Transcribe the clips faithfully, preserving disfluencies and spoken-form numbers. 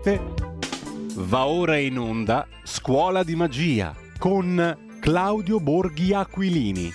salute. Va ora in onda Scuola di Magia con Claudio Borghi Aquilini.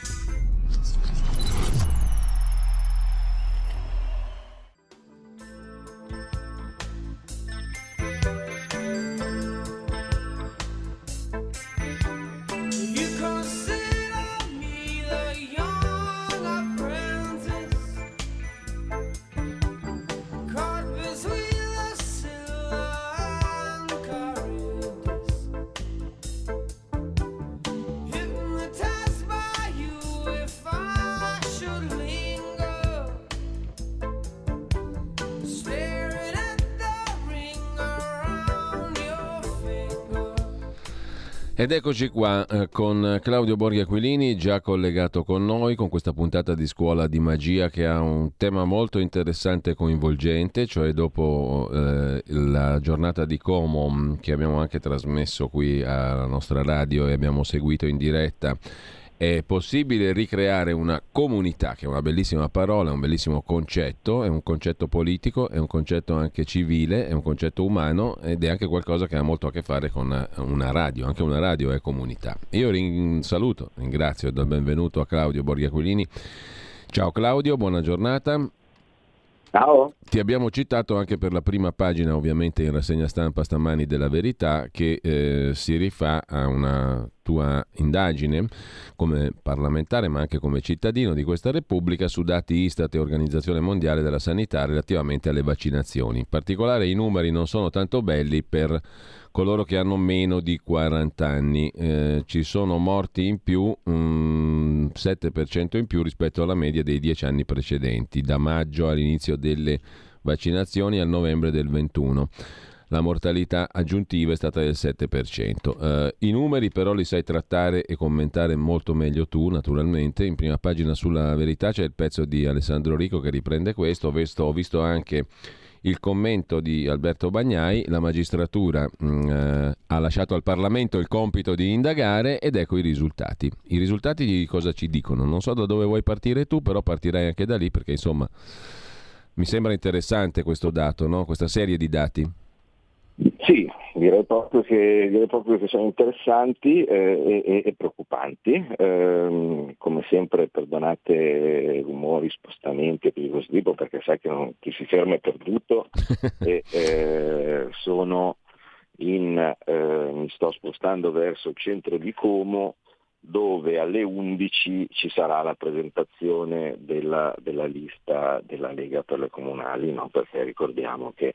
Ed eccoci qua eh, con Claudio Borghi Aquilini, già collegato con noi con questa puntata di Scuola di Magia che ha un tema molto interessante e coinvolgente, cioè dopo eh, la giornata di Como che abbiamo anche trasmesso qui alla nostra radio e abbiamo seguito in diretta. È possibile ricreare una comunità, che è una bellissima parola, un bellissimo concetto, è un concetto politico, è un concetto anche civile, è un concetto umano ed è anche qualcosa che ha molto a che fare con una radio, anche una radio è comunità. Io rin- saluto, ringrazio e do il benvenuto a Claudio Borghi Aquilini. Ciao Claudio, buona giornata. Ciao. Ti abbiamo citato anche per la prima pagina, ovviamente in rassegna stampa stamani della Verità, che eh, si rifà a una tua indagine come parlamentare ma anche come cittadino di questa Repubblica su dati Istat e Organizzazione Mondiale della Sanità relativamente alle vaccinazioni. In particolare i numeri non sono tanto belli per coloro che hanno meno di quaranta anni. Eh, ci sono morti in più, um, sette per cento in più rispetto alla media dei dieci anni precedenti, da maggio all'inizio delle vaccinazioni al novembre del ventuno. La mortalità aggiuntiva è stata del sette per cento. Uh, I numeri però li sai trattare e commentare molto meglio tu, naturalmente. In prima pagina sulla Verità c'è il pezzo di Alessandro Rico che riprende questo. Ho visto, ho visto anche il commento di Alberto Bagnai. La magistratura mh, eh, ha lasciato al Parlamento il compito di indagare ed ecco i risultati. I risultati di cosa ci dicono? Non so da dove vuoi partire tu, però partirai anche da lì perché insomma mi sembra interessante questo dato, no? Questa serie di dati. Sì, direi proprio che, direi proprio che sono interessanti eh, e, e preoccupanti. Eh, come sempre perdonate rumori, spostamenti e così di questo tipo, perché sai che non, chi si ferma è perduto e eh, sono in, eh, mi sto spostando verso il centro di Como, dove alle undici ci sarà la presentazione della, della lista della Lega per le comunali, no? Perché ricordiamo che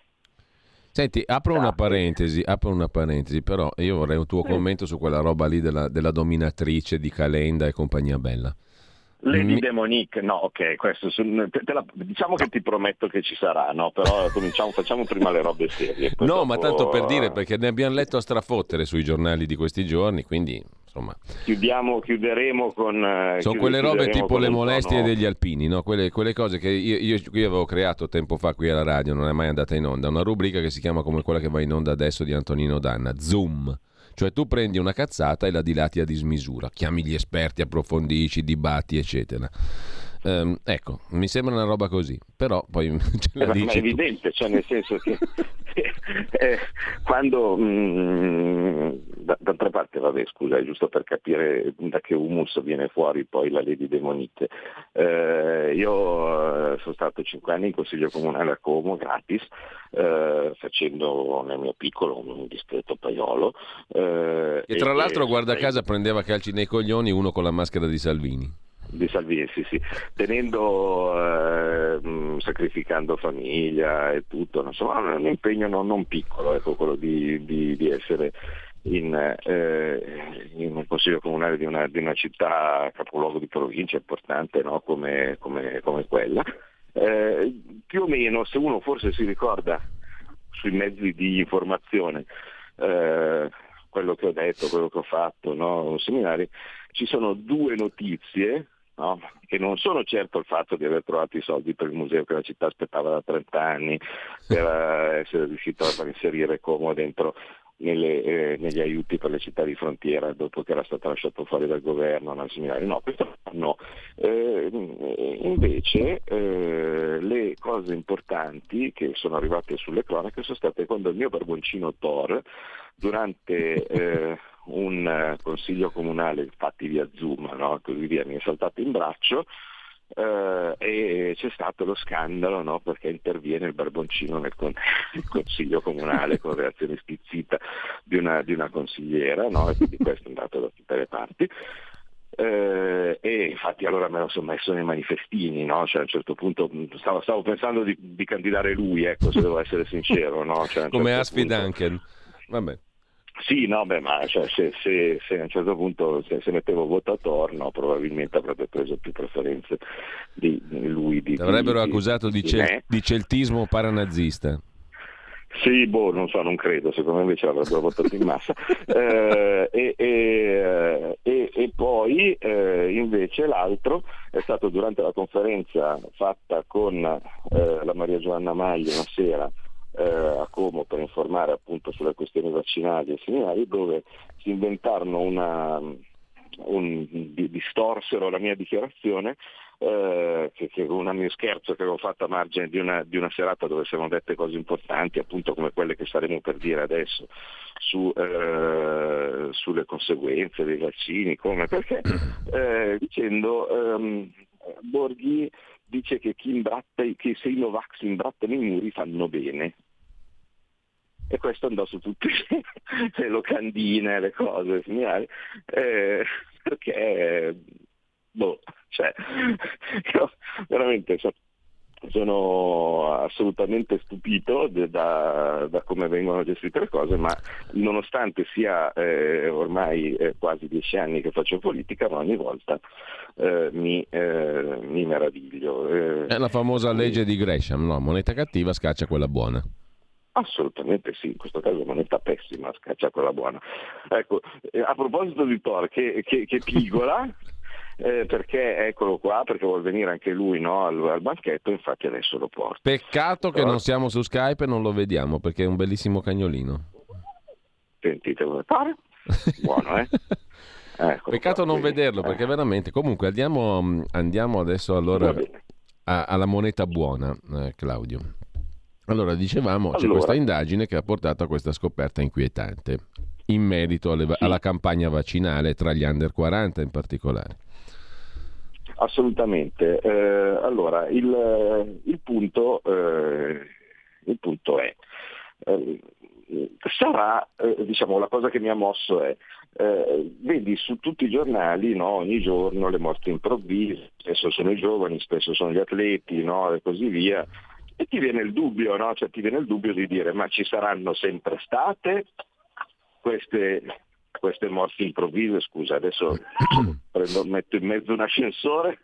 Senti, apro una parentesi, apro una parentesi, però io vorrei un tuo commento su quella roba lì della, della dominatrice di Calenda e compagnia bella. Lady Mi... Demonique, no, ok, questo te, te la, diciamo che ti prometto che ci sarà, no? Però cominciamo, facciamo prima le robe serie. No, dopo... ma tanto per dire, perché ne abbiamo letto a strafottere sui giornali di questi giorni, quindi insomma. Chiudiamo, chiuderemo con. Sono chiude, quelle robe tipo le molestie tono... degli alpini, no? Quelle, quelle cose che io, io qui avevo creato tempo fa qui alla radio, non è mai andata in onda, una rubrica che si chiama come quella che va in onda adesso di Antonino Danna, Zoom. Cioè tu prendi una cazzata e la dilati a dismisura, chiami gli esperti, approfondisci, dibatti, eccetera. Um, ecco, mi sembra una roba così, però poi ce la eh, dici ma è evidente, cioè nel senso che eh, quando mh, da, d'altra parte, vabbè, scusa, è giusto per capire da che humus viene fuori poi la Lady Demonite. Eh, io eh, sono stato cinque anni in Consiglio Comunale a Como, gratis, eh, facendo nel mio piccolo un discreto paiolo. Eh, e tra e, l'altro, e, guarda sai, caso, prendeva calci nei coglioni uno con la maschera di Salvini. Di Salvini, sì, sì, tenendo, eh, mh, sacrificando famiglia e tutto, insomma, un impegno non, non piccolo, ecco, quello di, di, di essere in, eh, in un consiglio comunale di una, di una città capoluogo di provincia importante, no? come, come, come quella. Eh, più o meno, se uno forse si ricorda sui mezzi di informazione, eh, quello che ho detto, quello che ho fatto, no? Seminari, ci sono due notizie, no? Che non sono certo il fatto di aver trovato i soldi per il museo che la città aspettava da trenta anni, per essere riuscito a far inserire Como dentro nelle, eh, negli aiuti per le città di frontiera dopo che era stato lasciato fuori dal governo, no, similari. No, questo no. Eh, invece eh, le cose importanti che sono arrivate sulle cronache sono state quando il mio barboncino Thor, durante eh, un consiglio comunale fatti via Zoom, no, così via, mi è saltato in braccio. Uh, e c'è stato lo scandalo, no, perché interviene il barboncino nel, con- nel consiglio comunale con reazione stizzita di una, di una consigliera, no, e quindi questo è andato da tutte le parti. Uh, e infatti allora me lo sono messo nei manifestini, no? Cioè, a un certo punto stavo, stavo pensando di, di candidare lui, ecco, se devo essere sincero, no? Cioè, come certo Asfi punto... Duncan. Vabbè. Sì, no, beh, ma cioè, se, se, se a un certo punto se, se mettevo voto attorno, probabilmente avrebbe preso più preferenze di, di lui. Di, Ti avrebbero di, accusato di, di, di, cel- me. di celtismo paranazista. Sì, boh, non so, non credo, secondo me invece l'avrebbero votato in massa. eh, e, e, e, e poi eh, invece l'altro è stato durante la conferenza fatta con eh, la Maria Giovanna Magli una sera Eh, a Como per informare appunto sulle questioni vaccinali e similari, dove si inventarono una un, di, distorsero la mia dichiarazione eh, che, che un mio scherzo che avevo fatto a margine di una, di una serata dove siamo dette cose importanti, appunto come quelle che staremo per dire adesso su, eh, sulle conseguenze dei vaccini, come perché eh, dicendo ehm, Borghi dice che chi imbratta, che se i Novax imbrattano i muri fanno bene. E questo andò su tutte le locandine, le cose similari, eh, perché, boh, cioè, io veramente so, sono assolutamente stupito de, da, da come vengono gestite le cose, ma nonostante sia eh, ormai eh, quasi dieci anni che faccio politica, ma ogni volta eh, mi, eh, mi meraviglio. Eh, È la famosa legge di Gresham, no? Moneta cattiva scaccia quella buona. Assolutamente sì, in questo caso moneta pessima, scaccia quella buona. Ecco, eh, a proposito di Thor che, che, che pigola, eh, perché eccolo qua, perché vuol venire anche lui, no, al, al banchetto, infatti adesso lo porto. Peccato che Thor. non siamo su Skype e non lo vediamo, perché è un bellissimo cagnolino. Sentite come pare, buono, eh? Eccolo Peccato qua, non quindi, vederlo, eh. perché veramente, comunque andiamo, andiamo adesso allora a, alla moneta buona, eh, Claudio. Allora, dicevamo, allora, c'è questa indagine che ha portato a questa scoperta inquietante in merito alle, sì. alla campagna vaccinale tra gli under quaranta in particolare. Assolutamente. Eh, allora, il, il, punto, eh, il punto è, eh, sarà, eh, diciamo, la cosa che mi ha mosso è, eh, vedi su tutti i giornali, no, ogni giorno le morti improvvise, spesso sono i giovani, spesso sono gli atleti, no, e così via. E ti viene il dubbio, no? Cioè ti viene il dubbio di dire ma ci saranno sempre state queste, queste morti improvvise? Scusa, adesso prendo, metto in mezzo un ascensore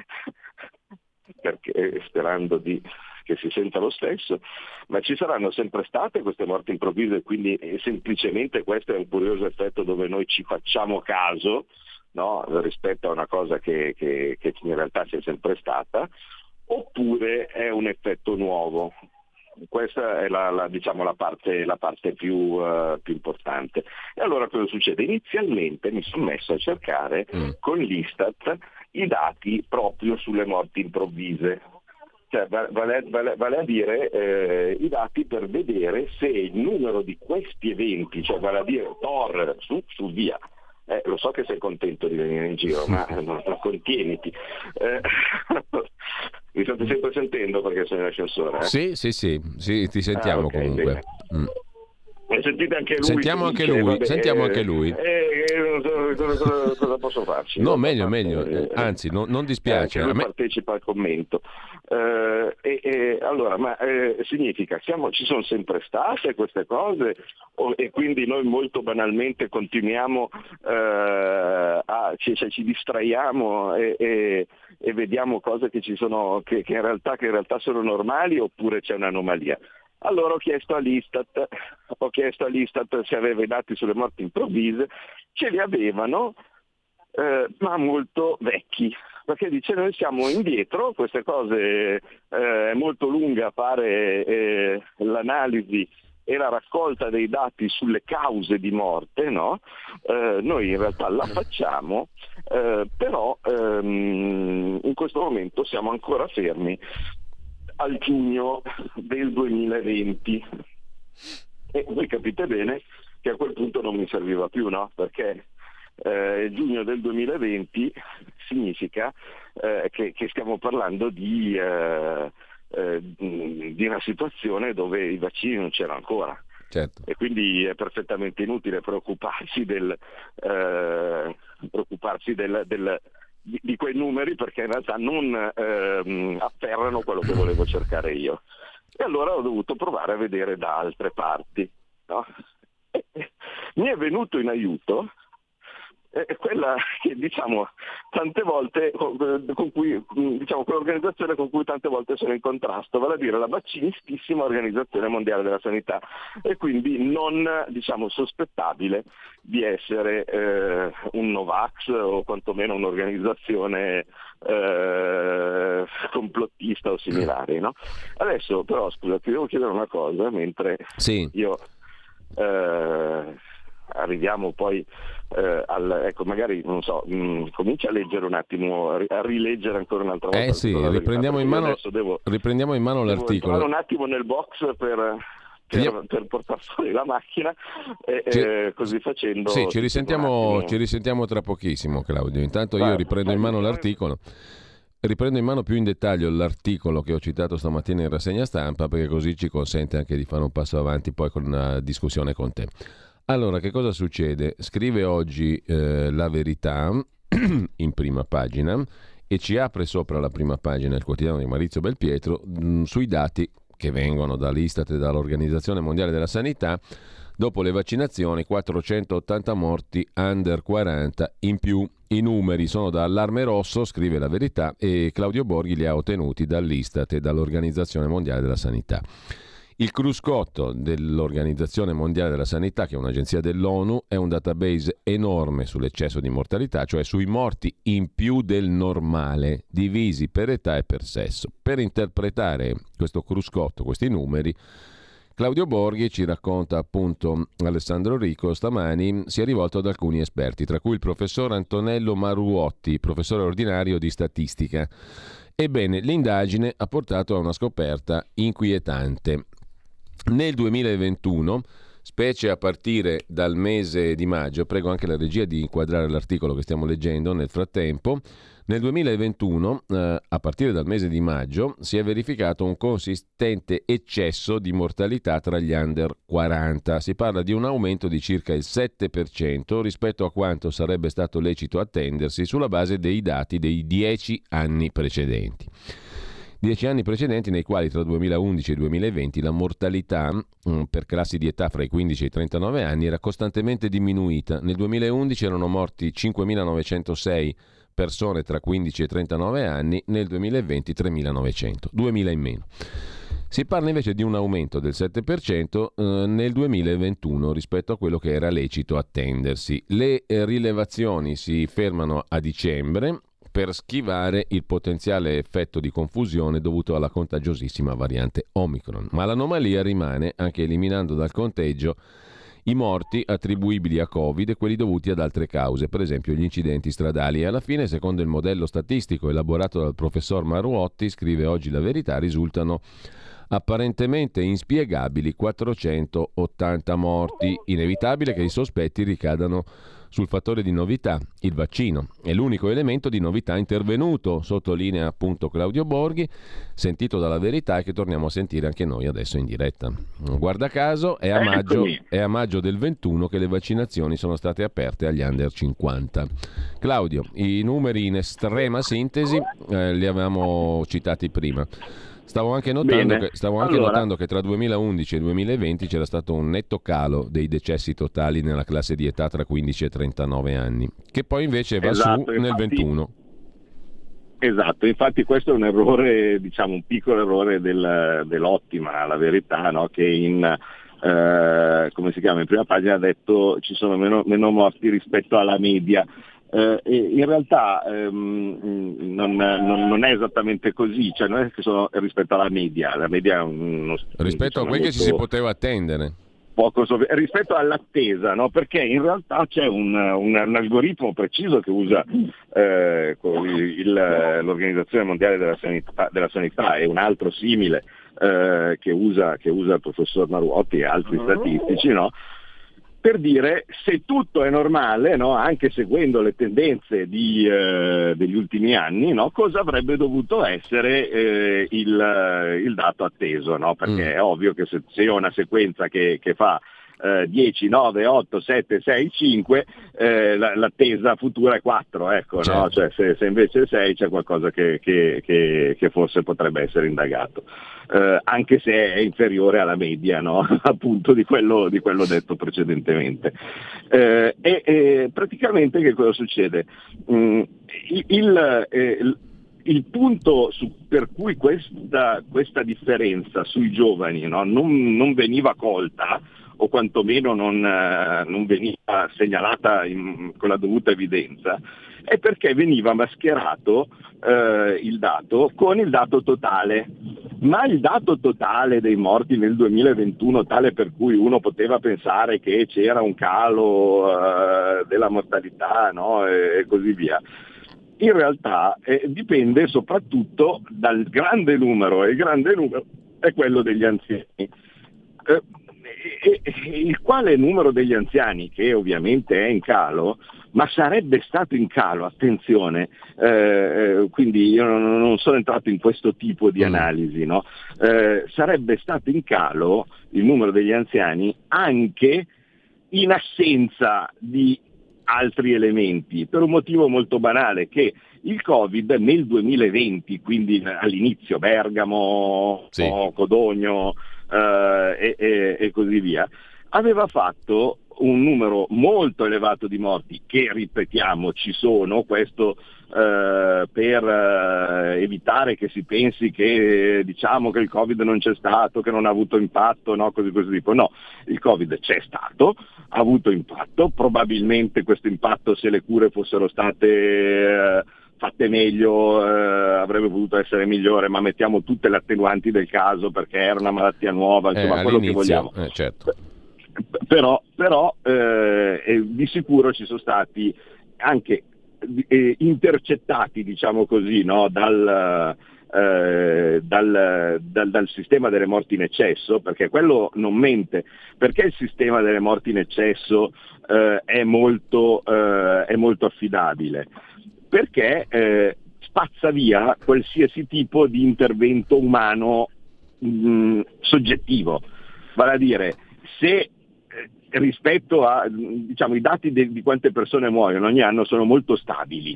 perché sperando di, che si senta lo stesso, ma ci saranno sempre state queste morti improvvise, quindi semplicemente questo è un curioso effetto dove noi ci facciamo caso, no? Rispetto a una cosa che, che, che in realtà c'è sempre stata, oppure è un effetto nuovo. Questa è la, la, diciamo, la parte, la parte più, uh, più importante. E allora cosa succede? Inizialmente mi sono messo a cercare mm. con l'Istat i dati proprio sulle morti improvvise, cioè vale, vale, vale a dire eh, i dati per vedere se il numero di questi eventi, cioè vale a dire Thor, su, su via, Eh, lo so che sei contento di venire in giro, ma non, non contieniti. Eh, mi state sempre sentendo perché sono in ascensore? Eh? Sì, sì, sì, sì, ti sentiamo ah, okay, comunque. Mm. E sentite anche lui. Sentiamo anche dice, lui, vabbè, sentiamo eh, anche lui. Eh, eh, cosa, cosa, cosa posso farci? No, Io meglio, parte, meglio, eh, anzi, no, non dispiace. Eh, anche lui a me... partecipa al commento. Eh, e, e, allora, ma eh, significa, siamo, ci sono sempre state queste cose o, e quindi noi molto banalmente continuiamo eh, a, ci, cioè, ci distraiamo e, e, e vediamo cose che ci sono, che, che, in realtà, che in realtà sono normali oppure c'è un'anomalia? Allora ho chiesto all'Istat, ho chiesto all'Istat se aveva i dati sulle morti improvvise, ce li avevano, eh, ma molto vecchi, perché dice noi siamo indietro, queste cose eh, è molto lunga fare eh, l'analisi e, e la raccolta dei dati sulle cause di morte, no? Eh, noi in realtà la facciamo, eh, però ehm, in questo momento siamo ancora fermi al giugno del duemilaventi e voi capite bene che a quel punto non mi serviva più, no? Perché eh, giugno del duemilaventi significa eh, che, che stiamo parlando di, eh, eh, di una situazione dove i vaccini non c'erano ancora. Certo. E quindi è perfettamente inutile preoccuparsi del eh, preoccuparsi del, del Di, di quei numeri, perché in realtà non ehm, afferrano quello che volevo cercare io. E allora ho dovuto provare a vedere da altre parti, no? E, e, mi è venuto in aiuto è quella che diciamo tante volte con cui diciamo quell'organizzazione con cui tante volte sono in contrasto, vale a dire la vaccinistissima Organizzazione Mondiale della Sanità, e quindi non diciamo sospettabile di essere eh, un Novax o quantomeno un'organizzazione eh, complottista o similari, no? Adesso però scusa, ti devo chiedere una cosa mentre sì. io eh, arriviamo poi eh, al, ecco magari non so mh, comincia a leggere un attimo, a rileggere ancora un'altra volta. Eh sì, riprendiamo in, mano, devo, riprendiamo in mano l'articolo. Devo un attimo nel box per, per, per portare fuori la macchina e ci, eh, così facendo sì, ci risentiamo, ci risentiamo tra pochissimo, Claudio. Intanto io riprendo in mano l'articolo. Riprendo in mano più in dettaglio l'articolo che ho citato stamattina in rassegna stampa, perché così ci consente anche di fare un passo avanti poi con una discussione con te. Allora, che cosa succede? Scrive oggi eh, La Verità in prima pagina e ci apre sopra la prima pagina il quotidiano di Maurizio Belpietro mh, sui dati che vengono dall'Istat e dall'Organizzazione Mondiale della Sanità. Dopo le vaccinazioni, quattrocentottanta morti under quaranta in più. I numeri sono da allarme rosso, scrive La Verità, e Claudio Borghi li ha ottenuti dall'Istat e dall'Organizzazione Mondiale della Sanità. Il cruscotto dell'Organizzazione Mondiale della Sanità, che è un'agenzia dell'ONU, è un database enorme sull'eccesso di mortalità, cioè sui morti in più del normale, divisi per età e per sesso. Per interpretare questo cruscotto, questi numeri, Claudio Borghi, ci racconta appunto Alessandro Rico stamani, si è rivolto ad alcuni esperti, tra cui il professor Antonello Maruotti, professore ordinario di statistica. Ebbene, l'indagine ha portato a una scoperta inquietante. Nel duemilaventuno, specie a partire dal mese di maggio, prego anche la regia di inquadrare l'articolo che stiamo leggendo nel frattempo, nel duemilaventuno, eh, a partire dal mese di maggio, si è verificato un consistente eccesso di mortalità tra gli under quaranta. Si parla di un aumento di circa il sette per cento rispetto a quanto sarebbe stato lecito attendersi sulla base dei dati dei dieci anni precedenti. Dieci anni precedenti nei quali tra duemilaundici e duemilaventi la mortalità mh, per classi di età fra i quindici e i trentanove anni era costantemente diminuita. Nel duemilaundici erano morti cinquemilanovecentosei persone tra quindici e trentanove anni, nel duemilaventi tremilanovecento, duemila in meno. Si parla invece di un aumento del sette per cento eh, nel duemilaventuno rispetto a quello che era lecito attendersi. Le eh, rilevazioni si fermano a dicembre per schivare il potenziale effetto di confusione dovuto alla contagiosissima variante Omicron. Ma l'anomalia rimane anche eliminando dal conteggio i morti attribuibili a Covid e quelli dovuti ad altre cause, per esempio gli incidenti stradali. E alla fine, secondo il modello statistico elaborato dal professor Maruotti, scrive oggi La Verità, risultano apparentemente inspiegabili quattrocentottanta morti. Inevitabile che i sospetti ricadano sul fattore di novità, il vaccino. È l'unico elemento di novità intervenuto, sottolinea appunto Claudio Borghi, sentito dalla Verità e che torniamo a sentire anche noi adesso in diretta. Guarda caso, è a maggio, è a maggio del ventuno che le vaccinazioni sono state aperte agli under cinquanta. Claudio, i numeri in estrema sintesi eh, li avevamo citati prima. Stavo anche, notando che, stavo anche allora. notando che tra duemilaundici e duemilaventi c'era stato un netto calo dei decessi totali nella classe di età tra quindici e trentanove anni, che poi invece va esatto, su infatti, nel ventuno. Esatto, infatti questo è un errore, diciamo un piccolo errore del, dell'Ottima, La Verità, no? Che in, eh, come si chiama, in prima pagina ha detto ci sono meno, meno morti rispetto alla media. Eh, in realtà ehm, non, non, non è esattamente così, cioè non è che sono rispetto alla media, la media è uno, rispetto diciamo, a quel molto... che ci si poteva attendere. Poco so- rispetto all'attesa, no? Perché in realtà c'è un, un, un algoritmo preciso che usa eh, il, l'Organizzazione Mondiale della Sanità, della Sanità e un altro simile eh, che, usa, che usa il professor Maruotti e altri statistici, no? Per dire se tutto è normale, no? Anche seguendo le tendenze di, eh, degli ultimi anni, no? Cosa avrebbe dovuto essere eh, il, il dato atteso, no? Perché mm. è ovvio che se, se ho una sequenza che, che fa eh, dieci, nove, otto, sette, sei, cinque, eh, la, l'attesa futura è quattro, ecco, certo. No? Cioè, se, se invece è sei c'è qualcosa che, che, che, che forse potrebbe essere indagato. Eh, anche se è inferiore alla media, no? Appunto di quello, di quello detto precedentemente. Eh, e, e praticamente che cosa succede? Mm, il, il, eh, il punto su, per cui questa, questa differenza sui giovani, no? non, non veniva colta, o quantomeno non, eh, non veniva segnalata in, con la dovuta evidenza, è perché veniva mascherato eh, il dato con il dato totale. Ma il dato totale dei morti nel duemilaventuno, tale per cui uno poteva pensare che c'era un calo eh, della mortalità, no? e, e così via, in realtà eh, dipende soprattutto dal grande numero, e il grande numero è quello degli anziani. Eh, E, e, il quale numero degli anziani, che ovviamente è in calo, ma sarebbe stato in calo, attenzione, eh, quindi io non, non sono entrato in questo tipo di analisi, no? eh, sarebbe stato in calo il numero degli anziani anche in assenza di altri elementi, per un motivo molto banale, che il Covid nel duemilaventi, quindi all'inizio Bergamo, sì. Codogno eh, e, e, e così via, aveva fatto un numero molto elevato di morti, che ripetiamo ci sono, questo eh, per eh, evitare che si pensi che diciamo che il Covid non c'è stato, che non ha avuto impatto, no, così così tipo. No, il Covid c'è stato, ha avuto impatto, probabilmente questo impatto, se le cure fossero state eh, fatte meglio eh, avrebbe potuto essere migliore, ma mettiamo tutte le attenuanti del caso perché era una malattia nuova, insomma eh, quello che vogliamo. Eh, certo. Però, però eh, di sicuro ci sono stati anche eh, intercettati, diciamo così, no, dal, eh, dal, dal, dal sistema delle morti in eccesso, perché quello non mente, perché il sistema delle morti in eccesso eh, è, molto, eh, è molto affidabile, perché eh, spazza via qualsiasi tipo di intervento umano mh, soggettivo, vale a dire, se rispetto a, diciamo, i dati de, di quante persone muoiono ogni anno sono molto stabili.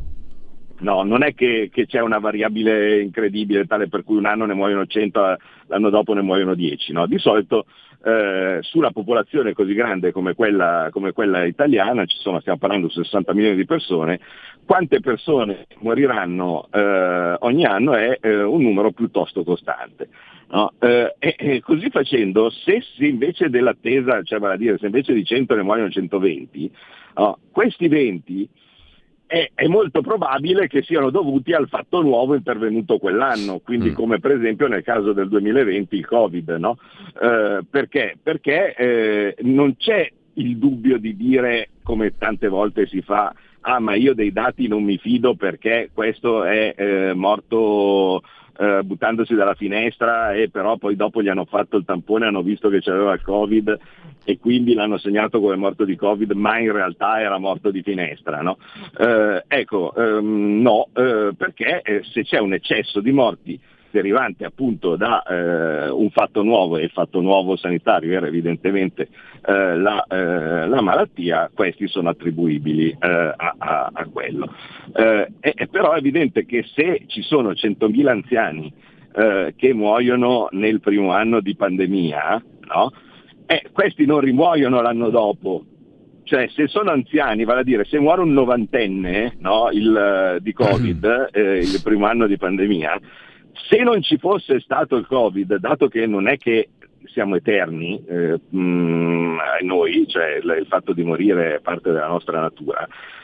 No, non è che, che c'è una variabile incredibile tale per cui un anno ne muoiono cento, l'anno dopo ne muoiono dieci. No? Di solito eh, sulla popolazione così grande come quella, come quella italiana, ci sono, stiamo parlando di sessanta milioni di persone, quante persone moriranno eh, ogni anno è eh, un numero piuttosto costante. No? Eh, e, e così facendo, se, se invece dell'attesa, cioè vale a dire, se invece di cento ne muoiono centoventi, no? Questi venti è, è molto probabile che siano dovuti al fatto nuovo intervenuto quell'anno, quindi mm. come per esempio nel caso del duemilaventi il Covid, no? Eh, perché? Perché eh, non c'è il dubbio di dire, come tante volte si fa, ah ma io dei dati non mi fido perché questo è eh, morto eh, buttandosi dalla finestra e però poi dopo gli hanno fatto il tampone e hanno visto che c'aveva il Covid e quindi l'hanno segnato come morto di Covid, ma in realtà era morto di finestra, no? Eh, ecco, ehm, no, eh, perché eh, se c'è un eccesso di morti derivante appunto da eh, un fatto nuovo, e il fatto nuovo sanitario era evidentemente eh, la, eh, la malattia, questi sono attribuibili eh, a, a, a quello. Eh, è, però è evidente che se ci sono centomila anziani eh, che muoiono nel primo anno di pandemia, no? Eh, questi non rimuoiono l'anno dopo. Cioè se sono anziani, vale a dire se muore un novantenne, no, il, di Covid, eh, il primo anno di pandemia, se non ci fosse stato il Covid, dato che non è che siamo eterni eh, mh, noi, cioè il, il fatto di morire è parte della nostra natura,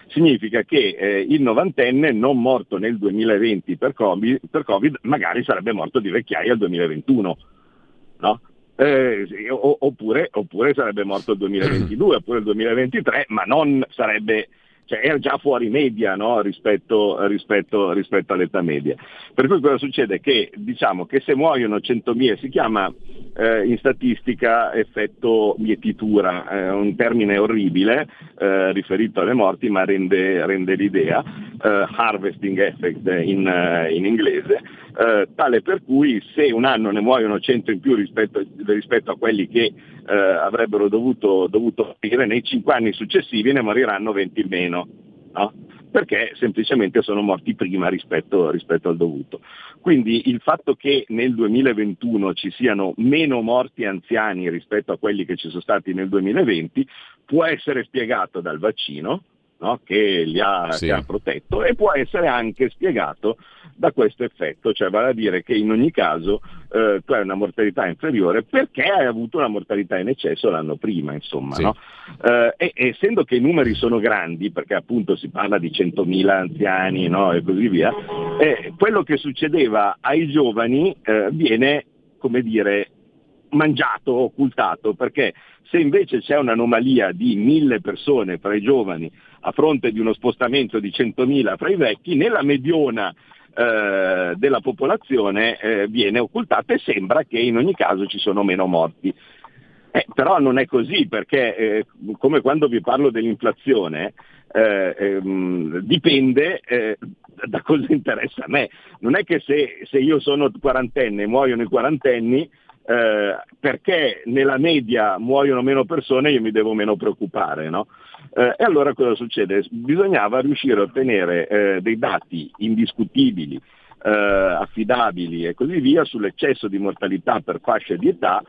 significa che eh, il novantenne non morto nel duemilaventi per COVID, per COVID magari sarebbe morto di vecchiaia al duemilaventuno, no? Eh, oppure, oppure sarebbe morto il duemilaventidue, oppure il duemilaventitré, ma non sarebbe, cioè era già fuori media, no? rispetto, rispetto, rispetto all'età media. Per cui cosa succede? Che diciamo che se muoiono centomila, si chiama eh, in statistica effetto mietitura, è eh, un termine orribile eh, riferito alle morti, ma rende, rende l'idea, eh, harvesting effect in, uh, in inglese, eh, tale per cui se un anno ne muoiono cento in più rispetto, rispetto a quelli che eh, avrebbero dovuto, dovuto morire, nei cinque anni successivi ne moriranno venti in meno, no? Perché semplicemente sono morti prima rispetto, rispetto al dovuto. Quindi il fatto che nel duemilaventuno ci siano meno morti anziani rispetto a quelli che ci sono stati nel duemilaventi può essere spiegato dal vaccino, no? che li ha, sì. che ha protetto, e può essere anche spiegato da questo effetto, cioè vale a dire che in ogni caso eh, tu hai una mortalità inferiore perché hai avuto una mortalità in eccesso l'anno prima, insomma, sì. no? eh, e essendo che i numeri sono grandi, perché appunto si parla di centomila anziani, no? e così via, eh, quello che succedeva ai giovani eh, viene, come dire, mangiato, occultato, perché se invece c'è un'anomalia di mille persone fra i giovani a fronte di uno spostamento di centomila fra i vecchi, nella mediona eh, della popolazione eh, viene occultata e sembra che in ogni caso ci sono meno morti. Eh, però non è così, perché eh, come quando vi parlo dell'inflazione, eh, ehm, dipende eh, da cosa interessa a me. Non è che se, se io sono quarantenne e muoiono i quarantenni, Eh, perché nella media muoiono meno persone io mi devo meno preoccupare, no? Eh, e allora cosa succede? Bisognava riuscire a ottenere eh, dei dati indiscutibili, eh, affidabili e così via sull'eccesso di mortalità per fasce di età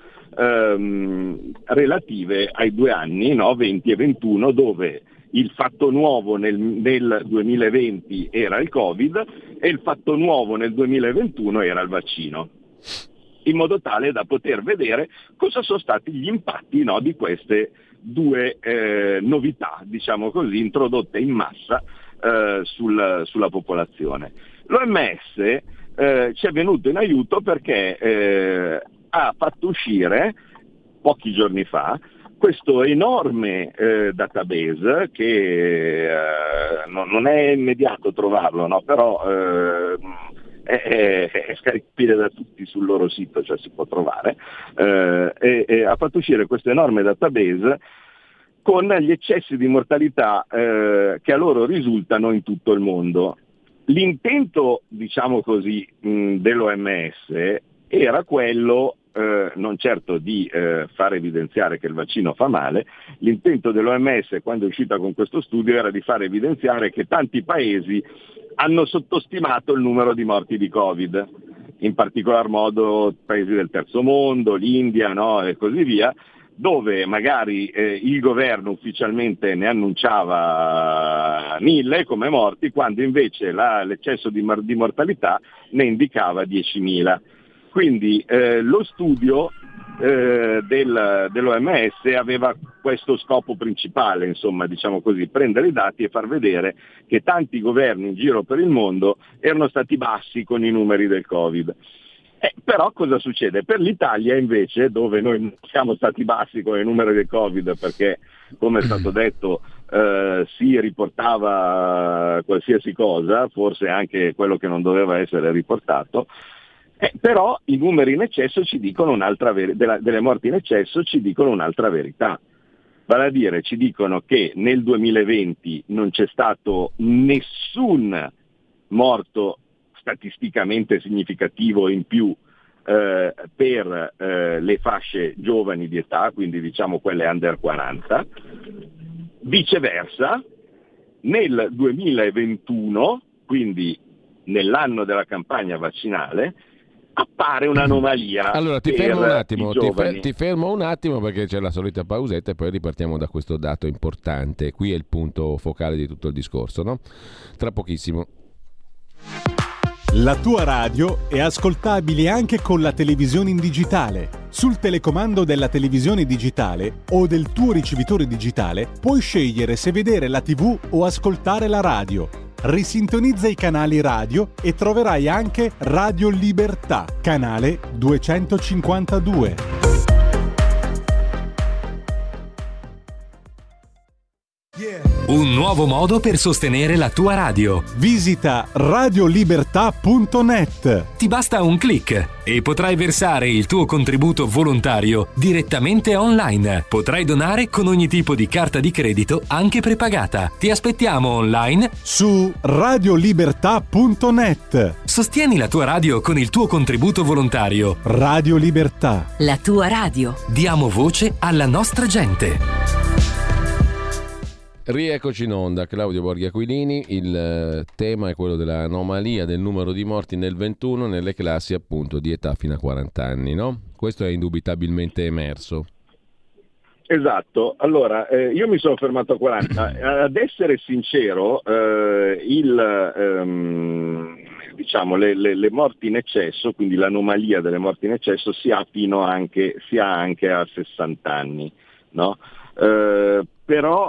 ehm, relative ai due anni, no? venti e ventuno, dove il fatto nuovo nel, nel duemilaventi era il Covid e il fatto nuovo nel duemilaventuno era il vaccino, in modo tale da poter vedere cosa sono stati gli impatti, no, di queste due eh, novità, diciamo così, introdotte in massa eh, sul, sulla popolazione. L'O M S eh, ci è venuto in aiuto perché eh, ha fatto uscire pochi giorni fa questo enorme eh, database che eh, non, non è immediato trovarlo, no? Però eh, È, è scaricabile da tutti sul loro sito, cioè si può trovare, eh, e, e ha fatto uscire questo enorme database con gli eccessi di mortalità eh, che a loro risultano in tutto il mondo. L'intento, diciamo così, mh, dell'O M S era quello eh, non certo di eh, far evidenziare che il vaccino fa male. L'intento dell'O M S quando è uscita con questo studio era di far evidenziare che tanti paesi hanno sottostimato il numero di morti di Covid, in particolar modo paesi del terzo mondo, l'India, no? e così via, dove magari eh, il governo ufficialmente ne annunciava mille come morti, quando invece la, l'eccesso di, di mortalità ne indicava diecimila. Quindi eh, lo studio eh, del, dell'O M S aveva questo scopo principale, insomma, diciamo così, prendere i dati e far vedere che tanti governi in giro per il mondo erano stati bassi con i numeri del Covid. Eh, però cosa succede? Per l'Italia invece, dove noi non siamo stati bassi con i numeri del Covid, perché come è stato detto eh, si riportava qualsiasi cosa, forse anche quello che non doveva essere riportato, Eh, però i numeri in eccesso ci dicono un'altra ver- della, delle morti in eccesso ci dicono un'altra verità. Vale a dire, ci dicono che nel duemilaventi non c'è stato nessun morto statisticamente significativo in più eh, per eh, le fasce giovani di età, quindi diciamo quelle under quaranta. Viceversa, nel duemilaventuno, quindi nell'anno della campagna vaccinale, appare un'anomalia. Allora ti fermo un attimo, ti, fer- ti fermo un attimo perché c'è la solita pausetta e poi ripartiamo da questo dato importante. Qui è il punto focale di tutto il discorso, no? Tra pochissimo. La tua radio è ascoltabile anche con la televisione in digitale. Sul telecomando della televisione digitale o del tuo ricevitore digitale puoi scegliere se vedere la tivù o ascoltare la radio. Risintonizza i canali radio e troverai anche Radio Libertà, canale duecentocinquantadue. Un nuovo modo per sostenere la tua radio. Visita radiolibertà punto net. Ti basta un click e potrai versare il tuo contributo volontario direttamente online. Potrai donare con ogni tipo di carta di credito, anche prepagata. Ti aspettiamo online su radiolibertà punto net. Sostieni la tua radio con il tuo contributo volontario. Radio Libertà. La tua radio. Diamo voce alla nostra gente. Rieccoci in onda, Claudio Borghi Aquilini. Il eh, tema è quello dell'anomalia del numero di morti nel ventuno nelle classi appunto di età fino a quaranta anni, no? Questo è indubitabilmente emerso. Esatto, allora eh, io mi sono fermato a quaranta. Ad essere sincero, eh, il, ehm, diciamo, le, le, le morti in eccesso, quindi l'anomalia delle morti in eccesso si ha fino anche, si ha anche a sessanta anni, no? Eh, però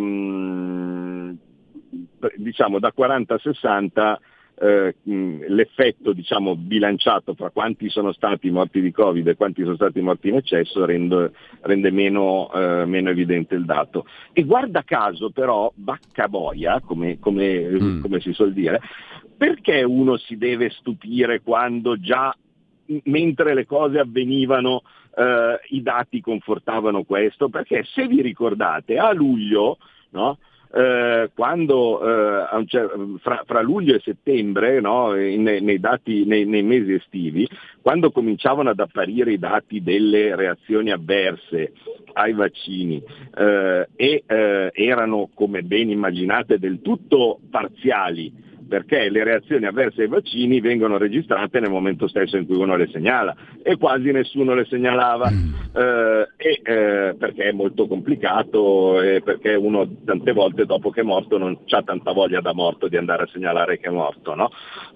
ehm, diciamo da quaranta a sessanta eh, l'effetto diciamo bilanciato fra quanti sono stati morti di Covid e quanti sono stati morti in eccesso rende, rende meno, eh, meno evidente il dato. E guarda caso però, bacca boia, come, come, mm. come si suol dire, perché uno si deve stupire quando già mentre le cose avvenivano Uh, i dati confortavano questo? Perché se vi ricordate a luglio, no? Uh, quando uh, fra, fra luglio e settembre, no? In, nei, dati, nei, nei mesi estivi, quando cominciavano ad apparire i dati delle reazioni avverse ai vaccini uh, e uh, erano, come ben immaginate, del tutto parziali, perché le reazioni avverse ai vaccini vengono registrate nel momento stesso in cui uno le segnala e quasi nessuno le segnalava, eh, e, eh, perché è molto complicato e perché uno tante volte dopo che è morto non ha tanta voglia da morto di andare a segnalare che è morto, no?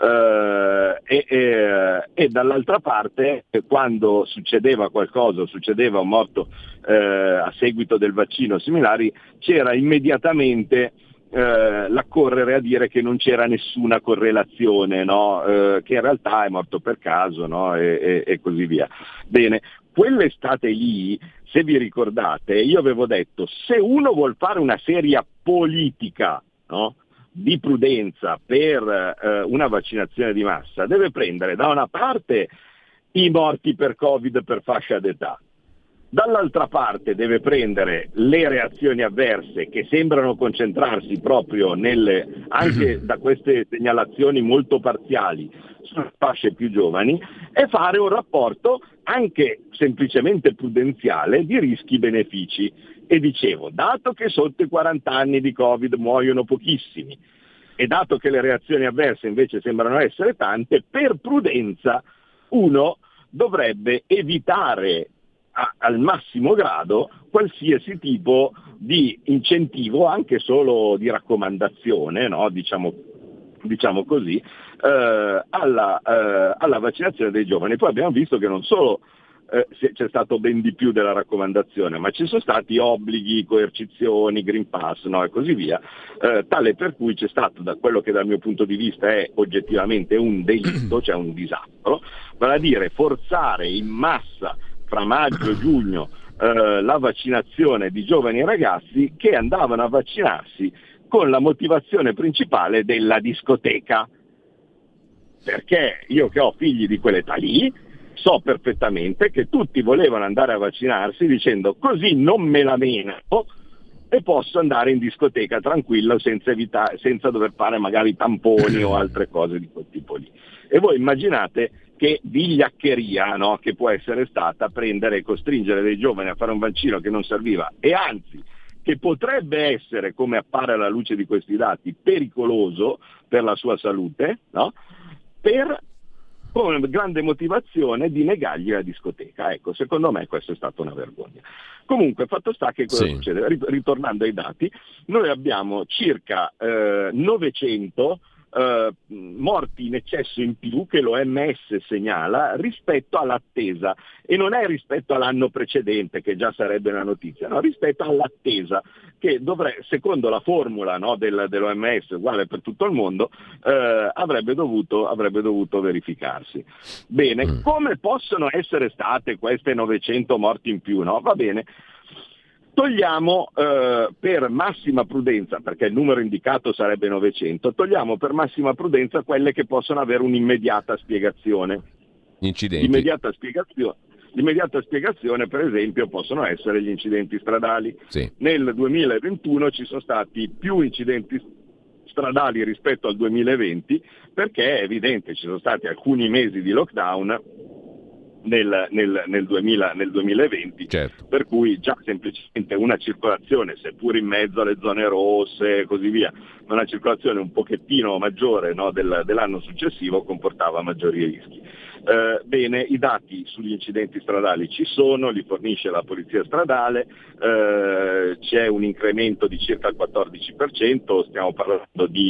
Eh, e, e, e dall'altra parte quando succedeva qualcosa, succedeva un morto eh, a seguito del vaccino similari, c'era immediatamente Eh, l'accorrere a dire che non c'era nessuna correlazione, no? eh, che in realtà è morto per caso, no? e, e, e così via. Bene, quell'estate lì, se vi ricordate, io avevo detto, se uno vuol fare una seria politica, no? di prudenza per eh, una vaccinazione di massa, deve prendere da una parte i morti per Covid per fascia d'età, dall'altra parte deve prendere le reazioni avverse che sembrano concentrarsi proprio nelle, anche da queste segnalazioni molto parziali, sulle fasce più giovani, e fare un rapporto anche semplicemente prudenziale di rischi-benefici. E dicevo, dato che sotto i quaranta anni di Covid muoiono pochissimi e dato che le reazioni avverse invece sembrano essere tante, per prudenza uno dovrebbe evitare A, al massimo grado qualsiasi tipo di incentivo, anche solo di raccomandazione, no? diciamo, diciamo così, eh, alla, eh, alla vaccinazione dei giovani. Poi abbiamo visto che non solo eh, c'è stato ben di più della raccomandazione, ma ci sono stati obblighi, coercizioni, Green Pass, no? e così via, eh, tale per cui c'è stato, da quello che dal mio punto di vista è oggettivamente un delitto, cioè un disastro, vale a dire forzare in massa fra maggio e giugno eh, la vaccinazione di giovani ragazzi che andavano a vaccinarsi con la motivazione principale della discoteca, perché io che ho figli di quell'età lì so perfettamente che tutti volevano andare a vaccinarsi dicendo così non me la meno e posso andare in discoteca tranquillo senza, evitare, senza dover fare magari tamponi o altre cose di quel tipo lì. E voi immaginate che vigliaccheria, no, che può essere stata prendere e costringere dei giovani a fare un vaccino che non serviva, e anzi che potrebbe essere, come appare alla luce di questi dati, pericoloso per la sua salute, no? Per con grande motivazione di negargli la discoteca. Ecco, secondo me questa è stata una vergogna. Comunque, fatto sta che cosa sì. succede? Ritornando ai dati, noi abbiamo circa eh, novecento eh, morti in eccesso in più che l'O M S segnala rispetto all'attesa, e non è rispetto all'anno precedente, che già sarebbe una notizia, no, rispetto all'attesa, che dovrebbe, secondo la formula, no, del, dell'O M S uguale per tutto il mondo, eh, avrebbe dovuto, avrebbe dovuto verificarsi. Bene, come possono essere state queste novecento morti in più? No? Va bene. Togliamo eh, per massima prudenza, perché il numero indicato sarebbe novecento, togliamo per massima prudenza quelle che possono avere un'immediata spiegazione. Incidenti. Immediata spiegazione. L'immediata spiegazione, per esempio, possono essere gli incidenti stradali. Sì. Nel duemilaventuno ci sono stati più incidenti stradali rispetto al duemilaventi, perché è evidente, ci sono stati alcuni mesi di lockdown Nel, nel, nel, duemila, nel duemilaventi, certo. Per cui già semplicemente una circolazione, seppur in mezzo alle zone rosse e così via, ma una circolazione un pochettino maggiore, no, del, dell'anno successivo comportava maggiori rischi. Eh, bene, i dati sugli incidenti stradali ci sono, li fornisce la polizia stradale, eh, c'è un incremento di circa il quattordici per cento, stiamo parlando di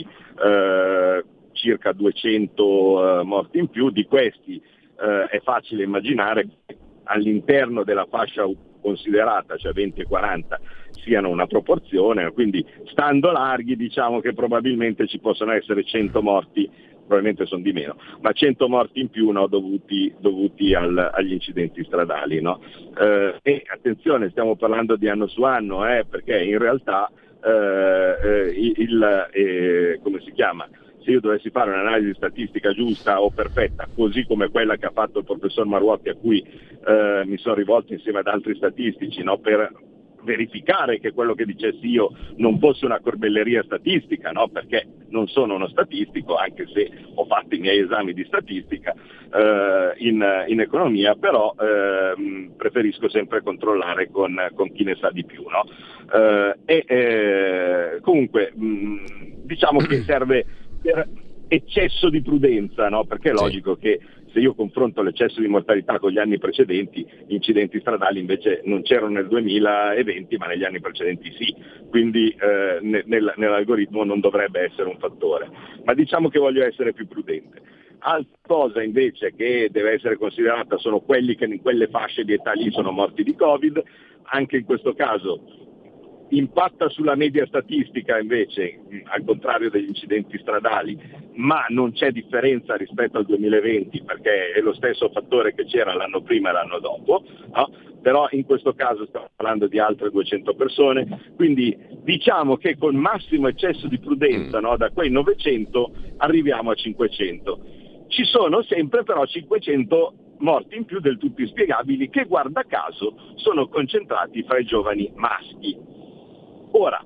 eh, circa duecento eh, morti in più, di questi Uh, è facile immaginare che all'interno della fascia considerata, cioè venti e quaranta, siano una proporzione, quindi stando larghi diciamo che probabilmente ci possono essere cento morti, probabilmente sono di meno, ma cento morti in più, no, dovuti, dovuti al, agli incidenti stradali. No? Uh, e attenzione, stiamo parlando di anno su anno, eh, perché in realtà uh, uh, il, eh, come si chiama? Se io dovessi fare un'analisi statistica giusta o perfetta, così come quella che ha fatto il professor Maruotti, a cui eh, mi sono rivolto insieme ad altri statistici, no, per verificare che quello che dicessi io non fosse una corbelleria statistica, no, perché non sono uno statistico, anche se ho fatto i miei esami di statistica eh, in, in economia, però eh, preferisco sempre controllare con, con chi ne sa di più. No? Eh, e eh, comunque mh, diciamo che serve per eccesso di prudenza, no? Perché è logico sì. che se io confronto l'eccesso di mortalità con gli anni precedenti, gli incidenti stradali invece non c'erano nel duemilaventi, ma negli anni precedenti sì, quindi eh, nel, nell'algoritmo non dovrebbe essere un fattore. Ma diciamo che voglio essere più prudente. Altra cosa invece che deve essere considerata sono quelli che in quelle fasce di età lì sono morti di Covid, anche in questo caso impatta sulla media statistica invece, al contrario degli incidenti stradali, ma non c'è differenza rispetto al duemilaventi perché è lo stesso fattore che c'era l'anno prima e l'anno dopo, no? Però in questo caso stiamo parlando di altre duecento persone, quindi diciamo che con massimo eccesso di prudenza, no, da quei novecento arriviamo a cinquecento. Ci sono sempre però cinquecento morti in più del tutto inspiegabili che guarda caso sono concentrati fra i giovani maschi. Ora,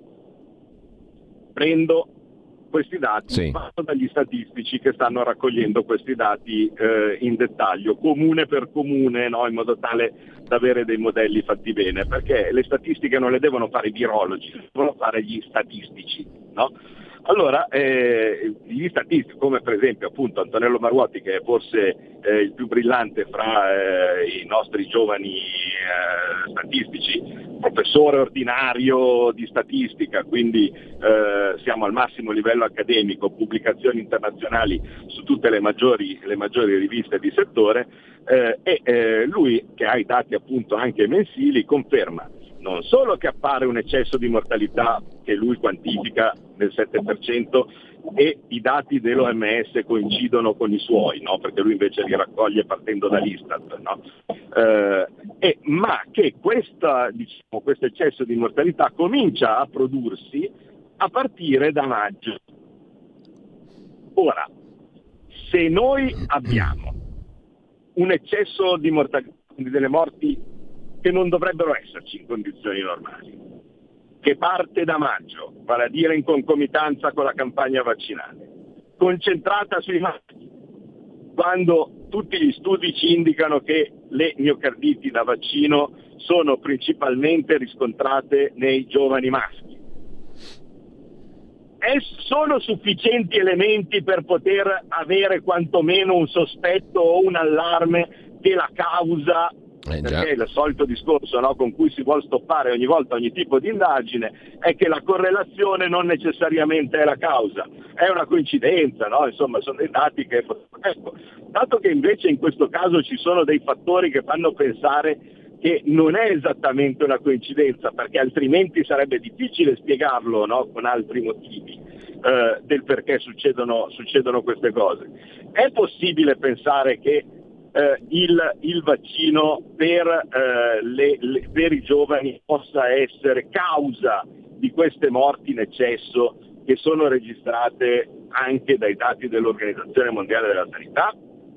prendo questi dati, sì. Parto dagli statistici che stanno raccogliendo questi dati eh, in dettaglio, comune per comune, no? In modo tale da avere dei modelli fatti bene, perché le statistiche non le devono fare i virologi, le devono fare gli statistici, no? Allora, eh, gli statistici, come per esempio appunto Antonello Maruotti, che è forse eh, il più brillante fra eh, i nostri giovani eh, statistici, professore ordinario di statistica, quindi eh, siamo al massimo livello accademico, pubblicazioni internazionali su tutte le maggiori, le maggiori riviste di settore, eh, e eh, lui, che ha i dati appunto anche mensili, conferma non solo che appare un eccesso di mortalità che lui quantifica nel sette per cento e i dati dell'O M S coincidono con i suoi, no? Perché lui invece li raccoglie partendo dall'Istat, no? eh, e, ma che questa, diciamo, questo eccesso di mortalità comincia a prodursi a partire da maggio. Ora, se noi abbiamo un eccesso di mortalità, quindi delle morti che non dovrebbero esserci in condizioni normali, che parte da maggio, vale a dire in concomitanza con la campagna vaccinale, concentrata sui maschi, quando tutti gli studi ci indicano che le miocarditi da vaccino sono principalmente riscontrate nei giovani maschi. E sono sufficienti elementi per poter avere quantomeno un sospetto o un allarme che la causa Eh, perché il solito discorso, no, con cui si vuole stoppare ogni volta ogni tipo di indagine è che la correlazione non necessariamente è la causa, è una coincidenza, no? Insomma, sono dei dati che... Ecco, dato che invece in questo caso ci sono dei fattori che fanno pensare che non è esattamente una coincidenza, perché altrimenti sarebbe difficile spiegarlo, no, con altri motivi eh, del perché succedono, succedono queste cose. È possibile pensare che eh, il, il vaccino per, eh, le, le, per i giovani possa essere causa di queste morti in eccesso che sono registrate anche dai dati dell'Organizzazione Mondiale della Sanità?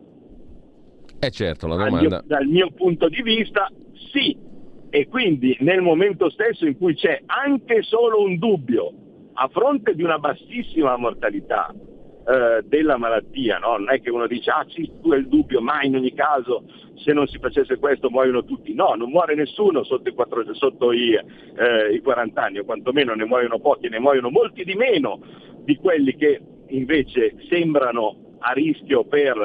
Eh certo, la Dal domanda... mio, dal mio punto di vista sì, e quindi nel momento stesso in cui c'è anche solo un dubbio a fronte di una bassissima mortalità eh, della malattia, no? Non è che uno dice ah sì, tu hai il dubbio, ma in ogni caso se non si facesse questo muoiono tutti. No, non muore nessuno sotto i, quattro, sotto i, eh, i quaranta anni, o quantomeno ne muoiono pochi, ne muoiono molti di meno di quelli che invece sembrano a rischio per,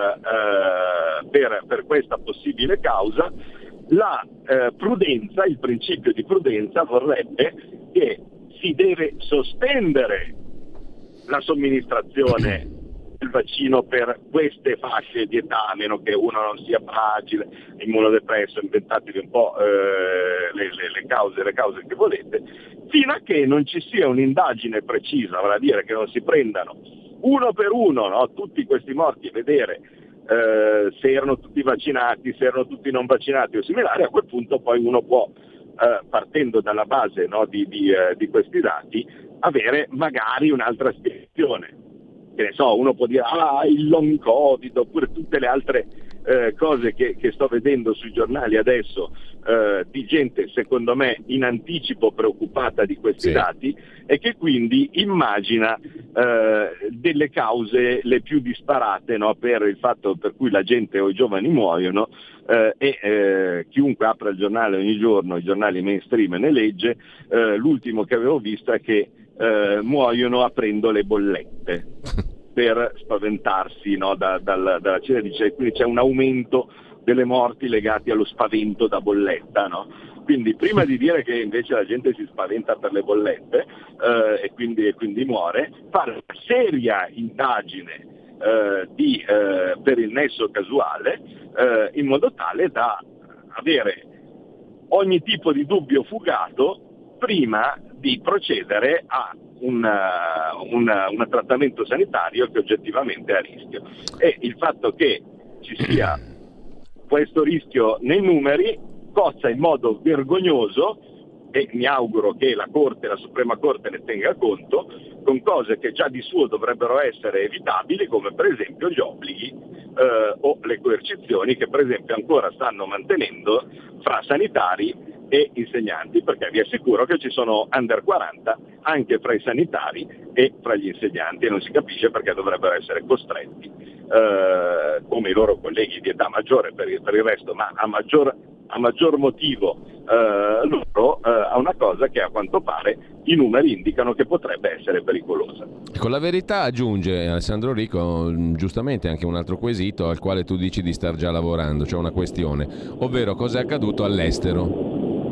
eh, per, per questa possibile causa. La eh, prudenza, il principio di prudenza vorrebbe che si deve sospendere la somministrazione del vaccino per queste fasce di età, a meno che uno non sia fragile, immunodepresso, inventatevi un po' eh, le, le, le, cause, le cause che volete, fino a che non ci sia un'indagine precisa, vale a dire che non si prendano uno per uno, no, tutti questi morti e vedere eh, se erano tutti vaccinati, se erano tutti non vaccinati o similari. A quel punto poi uno può, eh, partendo dalla base, no, di, di, eh, di questi dati, avere magari un'altra spiegazione. Che ne so, uno può dire ah il long covid, oppure tutte le altre eh, cose che, che sto vedendo sui giornali adesso eh, di gente secondo me in anticipo preoccupata di questi sì. dati, e che quindi immagina eh, delle cause le più disparate, no, per il fatto per cui la gente o i giovani muoiono, eh, e eh, chiunque apra il giornale ogni giorno, i giornali mainstream, ne legge. Eh, l'ultimo che avevo visto è che eh, muoiono aprendo le bollette per spaventarsi, no, da, dal, dalla Cina, dice, quindi c'è un aumento delle morti legati allo spavento da bolletta, no? Quindi prima di dire che invece la gente si spaventa per le bollette eh, e, quindi, e quindi muore, fare una seria indagine eh, di, eh, per il nesso casuale eh, in modo tale da avere ogni tipo di dubbio fugato prima di procedere a un un trattamento sanitario che oggettivamente è a rischio. E il fatto che ci sia questo rischio nei numeri cozza in modo vergognoso, e mi auguro che la Corte, la Suprema Corte ne tenga conto, con cose che già di suo dovrebbero essere evitabili, come per esempio gli obblighi eh, o le coercizioni che per esempio ancora stanno mantenendo fra sanitari e insegnanti, perché vi assicuro che ci sono under quaranta anche fra i sanitari e fra gli insegnanti, e non si capisce perché dovrebbero essere costretti eh, come i loro colleghi di età maggiore per il, per il resto, ma a maggior, a maggior motivo eh, loro eh, a una cosa che a quanto pare i numeri indicano che potrebbe essere pericolosa. Con la Verità aggiunge Alessandro Rico giustamente anche un altro quesito al quale tu dici di star già lavorando, cioè una questione, ovvero cosa è accaduto all'estero.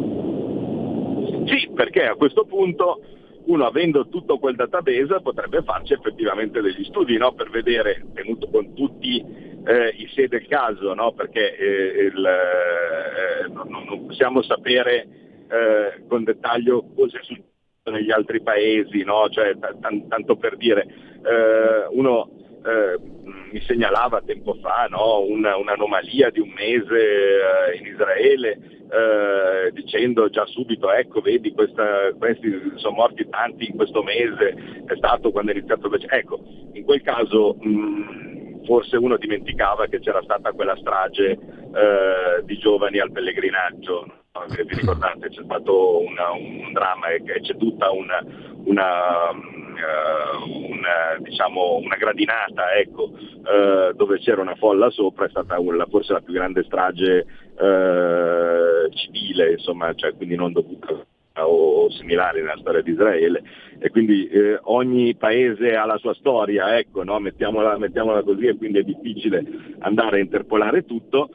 Sì, perché a questo punto uno, avendo tutto quel database, potrebbe farci effettivamente degli studi, no? Per vedere, tenuto con tutti eh, i se del caso, no? Perché eh, il, eh, non, non possiamo sapere eh, con dettaglio cosa è successo negli altri paesi, no? Cioè, t- tanto per dire, eh, uno eh, mi segnalava tempo fa, no? Una, un'anomalia di un mese eh, in Israele, Eh, dicendo già subito ecco vedi questa, questi sono morti tanti in questo mese, è stato quando è iniziato il... ecco in quel caso mh, forse uno dimenticava che c'era stata quella strage eh, di giovani al pellegrinaggio, no? Vi ricordate, c'è stato una, un dramma e c'è tutta una, una, uh, una diciamo una gradinata, ecco, uh, dove c'era una folla sopra, è stata una, forse la più grande strage Uh, civile, insomma, cioè quindi non dovuta o similari nella storia di Israele, e quindi eh, ogni paese ha la sua storia, ecco, no? mettiamola, mettiamola così, e quindi è difficile andare a interpolare tutto,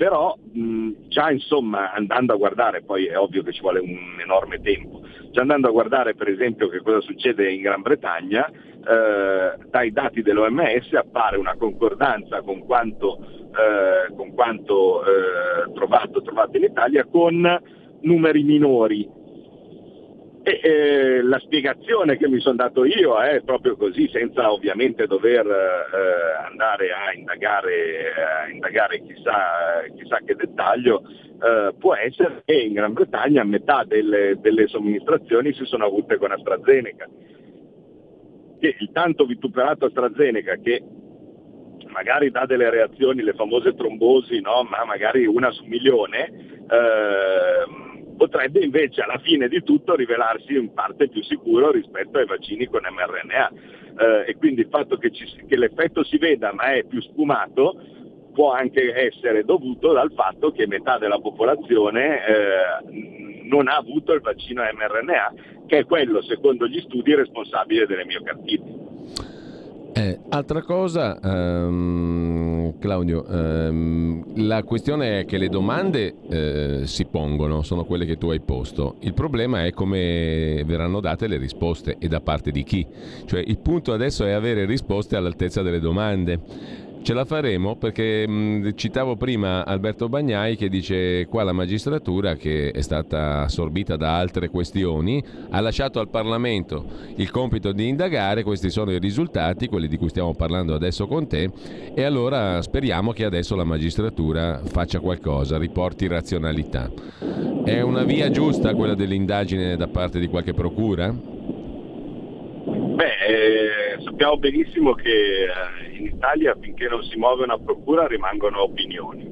però mh, già insomma andando a guardare, poi è ovvio che ci vuole un enorme tempo, già andando a guardare per esempio che cosa succede in Gran Bretagna, eh, dai dati dell'O M S appare una concordanza con quanto, eh, con quanto eh, trovato, trovato in Italia con numeri minori. E eh, la spiegazione che mi sono dato io è proprio così, senza ovviamente dover eh, andare a indagare, a indagare chissà, chissà che dettaglio, eh, può essere che in Gran Bretagna metà delle, delle somministrazioni si sono avute con AstraZeneca, che il tanto vituperato AstraZeneca, che magari dà delle reazioni, le famose trombosi, no? Ma magari una su milione, eh, potrebbe invece alla fine di tutto rivelarsi in parte più sicuro rispetto ai vaccini con mRNA, eh, e quindi il fatto che, ci, che l'effetto si veda ma è più sfumato può anche essere dovuto dal fatto che metà della popolazione eh, non ha avuto il vaccino mRNA, che è quello secondo gli studi responsabile delle miocarditi. Eh, altra cosa, um, Claudio, um, la questione è che le domande eh, si pongono, sono quelle che tu hai posto. Il problema è come verranno date le risposte e da parte di chi. Cioè il punto adesso è avere risposte all'altezza delle domande. Ce la faremo perché mh, citavo prima Alberto Bagnai che dice qua la magistratura, che è stata assorbita da altre questioni, ha lasciato al Parlamento il compito di indagare. Questi sono i risultati, quelli di cui stiamo parlando adesso con te, e allora speriamo che adesso la magistratura faccia qualcosa, riporti razionalità. È una via giusta quella dell'indagine da parte di qualche procura? Beh, eh, sappiamo benissimo che eh, in Italia finché non si muove una procura rimangono opinioni.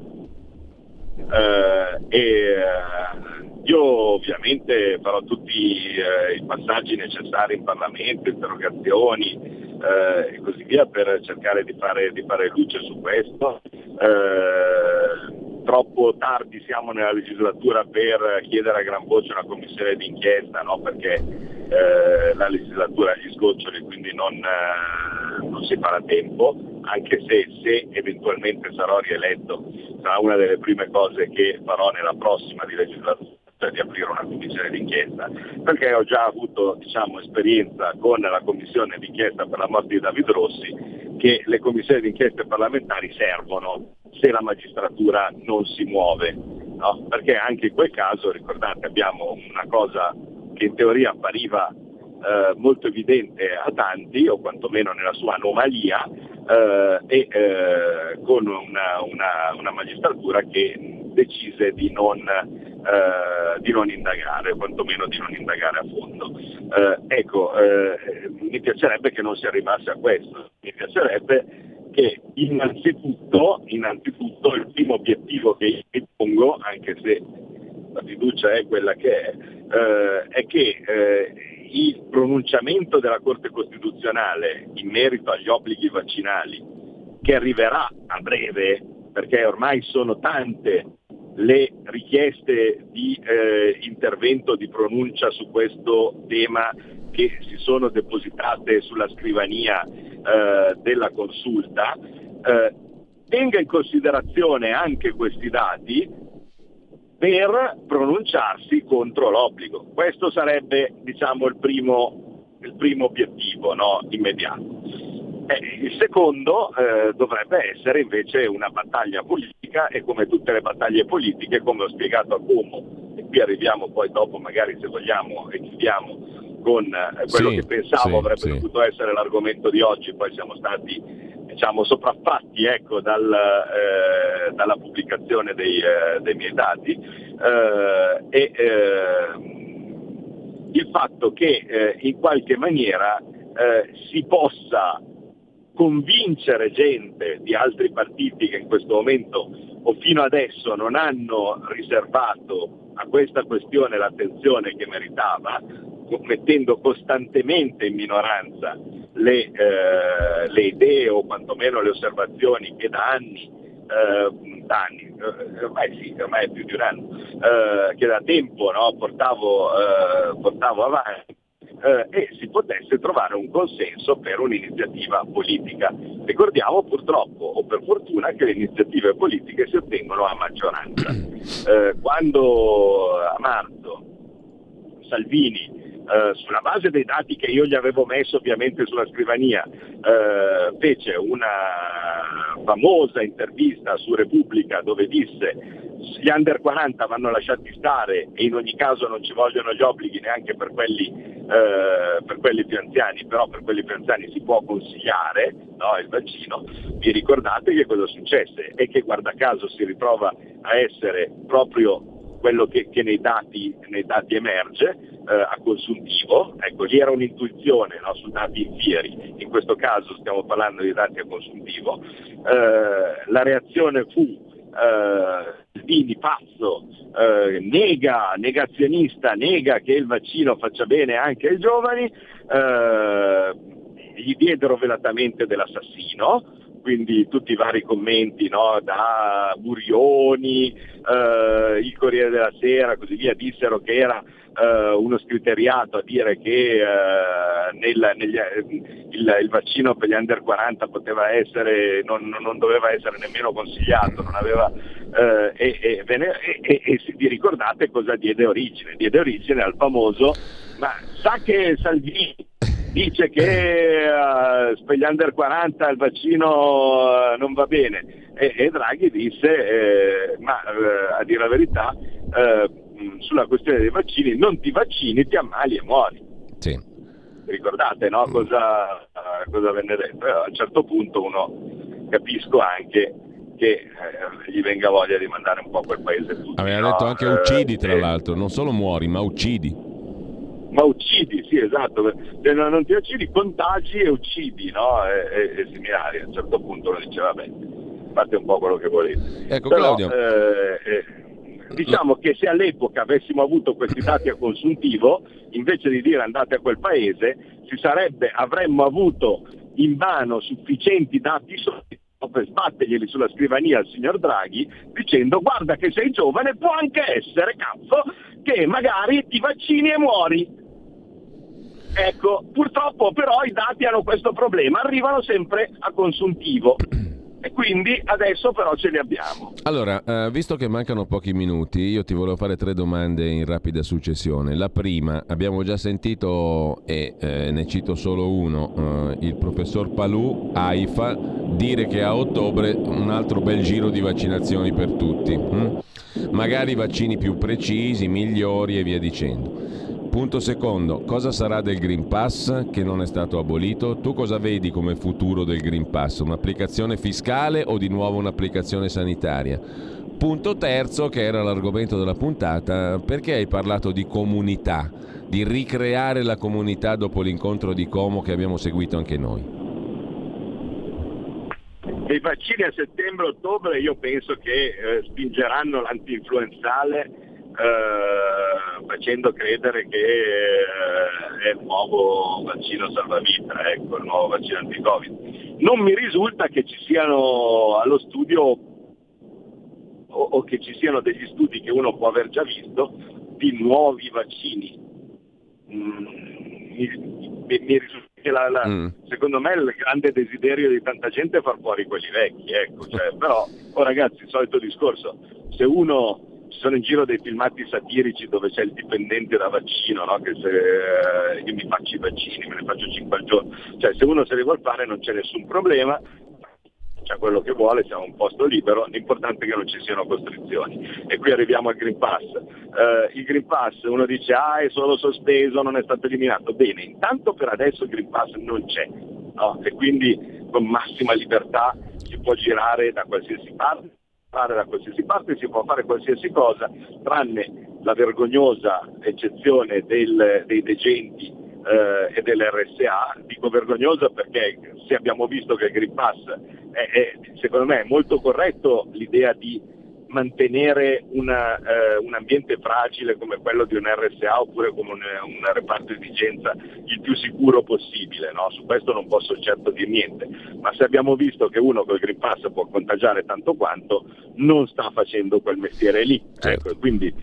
Eh, e eh, io ovviamente farò tutti eh, i passaggi necessari in Parlamento, interrogazioni eh, e così via per cercare di fare, di fare luce su questo. Eh, troppo tardi siamo nella legislatura per chiedere a gran voce una commissione d'inchiesta, no? Perché eh, la legislatura ha gli sgoccioli, quindi non, eh, non si farà tempo, anche se, se eventualmente sarò rieletto sarà una delle prime cose che farò nella prossima di legislatura, di aprire una commissione d'inchiesta, perché ho già avuto diciamo, esperienza con la commissione d'inchiesta per la morte di David Rossi, che le commissioni d'inchiesta parlamentari servono se la magistratura non si muove, no? Perché anche in quel caso, ricordate, abbiamo una cosa che in teoria appariva eh, molto evidente a tanti, o quantomeno nella sua anomalia, eh, e eh, con una, una, una magistratura che decise di non, eh, di non indagare, o quantomeno di non indagare a fondo. Eh, ecco, eh, mi piacerebbe che non si arrivasse a questo, mi piacerebbe che innanzitutto, innanzitutto il primo obiettivo che io pongo, anche se la fiducia è quella che è, eh, è che eh, il pronunciamento della Corte Costituzionale in merito agli obblighi vaccinali, che arriverà a breve, perché ormai sono tante le richieste di eh, intervento, di pronuncia su questo tema che si sono depositate sulla scrivania eh, della consulta, eh, tenga in considerazione anche questi dati per pronunciarsi contro l'obbligo. Questo sarebbe, diciamo, il primo, il primo obiettivo, no? Immediato. Eh, il secondo eh, dovrebbe essere invece una battaglia politica, e come tutte le battaglie politiche, come ho spiegato a Como, e qui arriviamo poi dopo magari se vogliamo e chiudiamo con eh, quello sì, che pensavo sì, avrebbe sì. dovuto essere l'argomento di oggi, poi siamo stati diciamo sopraffatti ecco, dal, eh, dalla pubblicazione dei, eh, dei miei dati, eh, e eh, il fatto che eh, in qualche maniera eh, si possa convincere gente di altri partiti che in questo momento o fino adesso non hanno riservato a questa questione l'attenzione che meritava, mettendo costantemente in minoranza le, eh, le idee o quantomeno le osservazioni che da anni, eh, da anni eh, ormai sì, ormai è più di un anno, eh, che da tempo no, portavo, eh, portavo avanti. eh, e si potesse trovare un consenso per un'iniziativa politica. Ricordiamo purtroppo o per fortuna che le iniziative politiche si ottengono a maggioranza. Eh, quando a marzo Salvini, Uh, sulla base dei dati che io gli avevo messo ovviamente sulla scrivania, uh, fece una famosa intervista su Repubblica dove disse gli under quaranta vanno lasciati stare e in ogni caso non ci vogliono gli obblighi neanche per quelli, uh, per quelli più anziani, però per quelli più anziani si può consigliare, no, il vaccino. Vi ricordate che cosa successe? E che guarda caso si ritrova a essere proprio quello che, che nei dati, nei dati emerge, eh, a consuntivo. Ecco, lì era un'intuizione, no, su dati infieri, in questo caso stiamo parlando di dati a consuntivo. Eh, la reazione fu eh, Dini pazzo, eh, nega, negazionista, nega che il vaccino faccia bene anche ai giovani, eh, gli diedero velatamente dell'assassino, quindi tutti i vari commenti, no, da Burioni, eh, il Corriere della Sera, così via, dissero che era eh, uno scriteriato a dire che eh, nel, negli, il, il vaccino per gli under quaranta poteva essere, non, non doveva essere nemmeno consigliato, non aveva, eh, e, e, e, e, e vi ricordate cosa diede origine? Diede origine al famoso, ma sa che Salvini dice che uh, per gli under quaranta il vaccino uh, non va bene e, e Draghi disse eh, ma uh, a dire la verità uh, sulla questione dei vaccini non ti vaccini, ti ammali e muori. Sì. Ricordate, no? Cosa, uh, cosa venne detto? E a un certo punto uno capisco anche che eh, gli venga voglia di mandare un po' quel paese tutto. Aveva no? detto anche uccidi, tra eh, l'altro, non solo muori ma uccidi. Ma uccidi, sì, esatto, se non, non ti uccidi, contagi e uccidi, no? E, e, e similari. A un certo punto uno diceva, beh, fate un po' quello che volete. Ecco, Però, Claudio. Eh, eh, diciamo che se all'epoca avessimo avuto questi dati a consuntivo, invece di dire andate a quel paese, si sarebbe, avremmo avuto in mano sufficienti dati solidi per sbatterglieli sulla scrivania al signor Draghi dicendo guarda che sei giovane, può anche essere, cazzo, che magari ti vaccini e muori. Ecco, purtroppo però i dati hanno questo problema, arrivano sempre a consuntivo e quindi adesso però ce li abbiamo. Allora, eh, visto che mancano pochi minuti, io ti volevo fare tre domande in rapida successione. La prima, abbiamo già sentito, e eh, ne cito solo uno, eh, il professor Palù, AIFA, dire che a ottobre un altro bel giro di vaccinazioni per tutti. Hm? Magari vaccini più precisi, migliori e via dicendo. Punto secondo, cosa sarà del Green Pass che non è stato abolito? Tu cosa vedi come futuro del Green Pass? Un'applicazione fiscale o di nuovo un'applicazione sanitaria? Punto terzo, che era l'argomento della puntata, perché hai parlato di comunità, di ricreare la comunità dopo l'incontro di Como che abbiamo seguito anche noi? I vaccini a settembre-ottobre io penso che eh, spingeranno l'anti-influenzale Uh, facendo credere che uh, è il nuovo vaccino salvavita, ecco, il nuovo vaccino anti-Covid. Non mi risulta che ci siano allo studio o, o che ci siano degli studi che uno può aver già visto di nuovi vaccini. Mm, mi, mi, mi risulta che la, la, mm. secondo me il grande desiderio di tanta gente è far fuori quelli vecchi, ecco, cioè, però, oh ragazzi, il solito discorso, se uno ci sono in giro dei filmati satirici dove c'è il dipendente da vaccino, no? Che se eh, io mi faccio i vaccini, me ne faccio cinque al giorno, cioè se uno se li vuol fare non c'è nessun problema, c'è quello che vuole, siamo un posto libero, l'importante è che non ci siano costrizioni. E qui arriviamo al Green Pass. Eh, il Green Pass, uno dice ah è solo sospeso, non è stato eliminato. Bene, intanto per adesso il Green Pass non c'è, no? E quindi con massima libertà si può girare da qualsiasi parte. Fare da qualsiasi parte, si può fare qualsiasi cosa tranne la vergognosa eccezione del, dei degenti eh, e dell'R S A. Dico vergognosa perché se abbiamo visto che il Green Pass è, è, secondo me è molto corretto l'idea di mantenere una, eh, un ambiente fragile come quello di un R S A oppure come un, un reparto di digenza il più sicuro possibile, no? Su questo non posso certo dire niente, ma se abbiamo visto che uno col Green Pass può contagiare tanto quanto, non sta facendo quel mestiere lì, certo. Ecco, quindi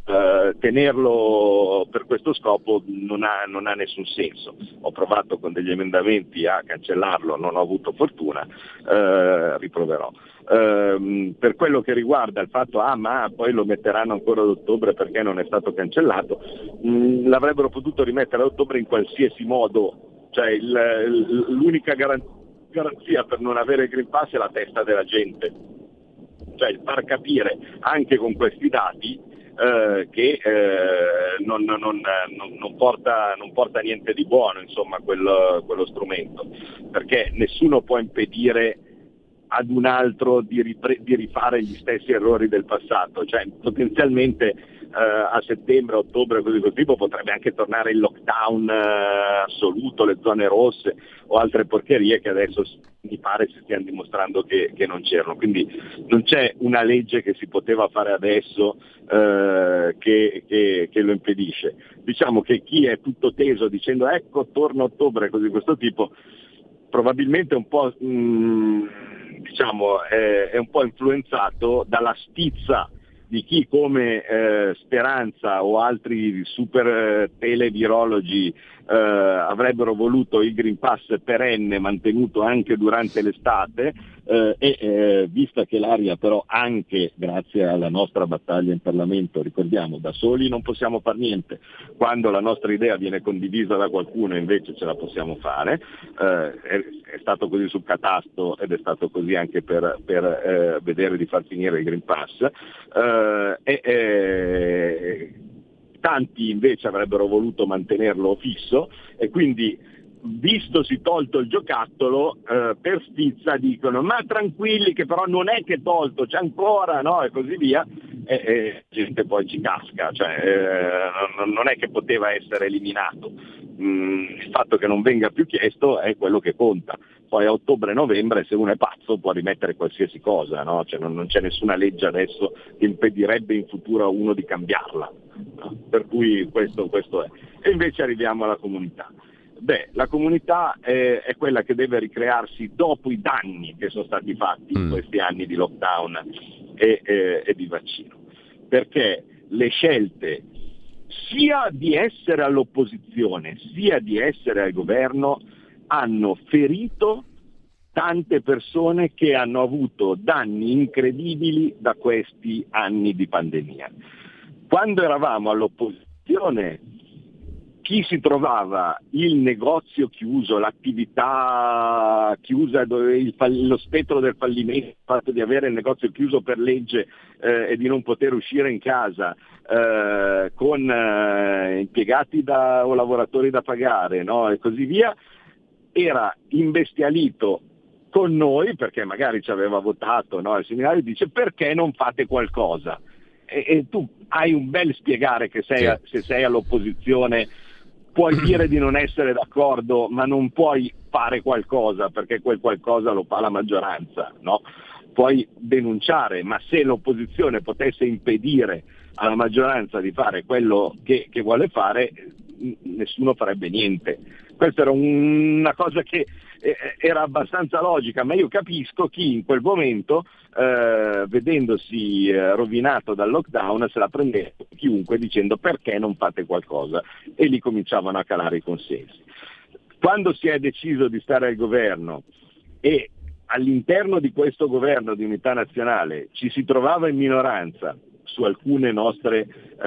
eh, tenerlo per questo scopo non ha, non ha nessun senso. Ho provato con degli emendamenti a cancellarlo, non ho avuto fortuna, eh, riproverò. Eh, per quello che riguarda il fatto ah ma poi lo metteranno ancora ad ottobre perché non è stato cancellato, mh, l'avrebbero potuto rimettere ad ottobre in qualsiasi modo, cioè il, il, l'unica garanzia garanzia per non avere il Green Pass è la testa della gente, cioè il far capire anche con questi dati eh, che eh, non, non, non, non, porta, non porta niente di buono, insomma, quello, quello strumento, perché nessuno può impedire ad un altro di, ripre- di rifare gli stessi errori del passato, cioè potenzialmente eh, a settembre, ottobre, così così tipo potrebbe anche tornare il lockdown eh, assoluto, le zone rosse o altre porcherie che adesso mi pare si stiano dimostrando che, che non c'erano, quindi non c'è una legge che si poteva fare adesso eh, che, che, che lo impedisce. Diciamo che chi è tutto teso dicendo ecco torna ottobre, così questo tipo, probabilmente un po' mh, diciamo è, è un po' influenzato dalla stizza di chi come eh, Speranza o altri super eh, televirologi eh, avrebbero voluto il Green Pass perenne mantenuto anche durante l'estate eh, e eh, vista che l'aria però anche grazie alla nostra battaglia in Parlamento, ricordiamo, da soli non possiamo far niente, quando la nostra idea viene condivisa da qualcuno invece ce la possiamo fare, eh, è, è stato così sul catasto ed è stato così anche per, per eh, vedere di far finire il Green Pass. Eh, E, e, tanti invece avrebbero voluto mantenerlo fisso e quindi vistosi tolto il giocattolo eh, per stizza dicono ma tranquilli che però non è che tolto, c'è ancora, no, e così via, e, e gente poi ci casca, cioè eh, non è che poteva essere eliminato. Mm, il fatto che non venga più chiesto è quello che conta. Poi a ottobre-novembre se uno è pazzo può rimettere qualsiasi cosa, no? Cioè non, non c'è nessuna legge adesso che impedirebbe in futuro a uno di cambiarla, no? Per cui questo, questo è. E invece arriviamo alla comunità. Beh, la comunità è, è quella che deve ricrearsi dopo i danni che sono stati fatti in questi anni di lockdown e, e, e di vaccino, perché le scelte sia di essere all'opposizione sia di essere al governo hanno ferito tante persone che hanno avuto danni incredibili da questi anni di pandemia. Quando eravamo all'opposizione, chi si trovava il negozio chiuso, l'attività chiusa, il, lo spettro del fallimento, il fatto di avere il negozio chiuso per legge eh, e di non poter uscire in casa, eh, con eh, impiegati da, o lavoratori da pagare, no? E così via, era imbestialito con noi perché magari ci aveva votato, no? Il seminario dice perché non fate qualcosa? E, e tu hai un bel spiegare che sei, a, se sei all'opposizione puoi dire di non essere d'accordo, ma non puoi fare qualcosa perché quel qualcosa lo fa la maggioranza, no? Puoi denunciare, ma se l'opposizione potesse impedire alla maggioranza di fare quello che, che vuole fare, nessuno farebbe niente. Questa era un, una cosa che eh, era abbastanza logica, ma io capisco chi in quel momento, eh, vedendosi eh, rovinato dal lockdown, se la prendeva chiunque dicendo perché non fate qualcosa, e lì cominciavano a calare i consensi. Quando si è deciso di stare al governo e all'interno di questo governo di unità nazionale ci si trovava in minoranza su alcune nostre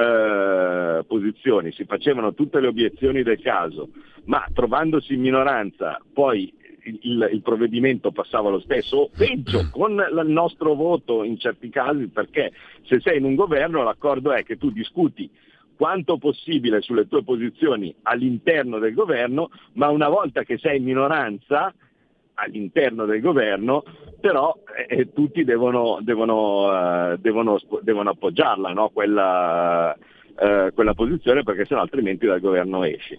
eh, posizioni, si facevano tutte le obiezioni del caso, ma trovandosi in minoranza poi il, il, il provvedimento passava lo stesso, o peggio, con il nostro voto in certi casi, perché se sei in un governo l'accordo è che tu discuti quanto possibile sulle tue posizioni all'interno del governo, ma una volta che sei in minoranza all'interno del governo, però eh, tutti devono, devono, uh, devono, devono appoggiarla, no? quella, uh, quella posizione, perché sennò altrimenti dal governo esci.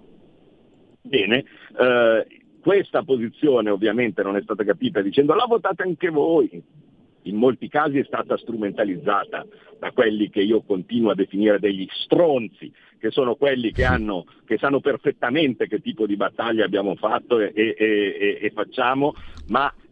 Bene, uh, questa posizione ovviamente non è stata capita dicendo la votate anche voi. In molti casi è stata strumentalizzata da quelli che io continuo a definire degli stronzi, che sono quelli che hanno, che sanno perfettamente che tipo di battaglia abbiamo fatto e, e, e, e facciamo, ma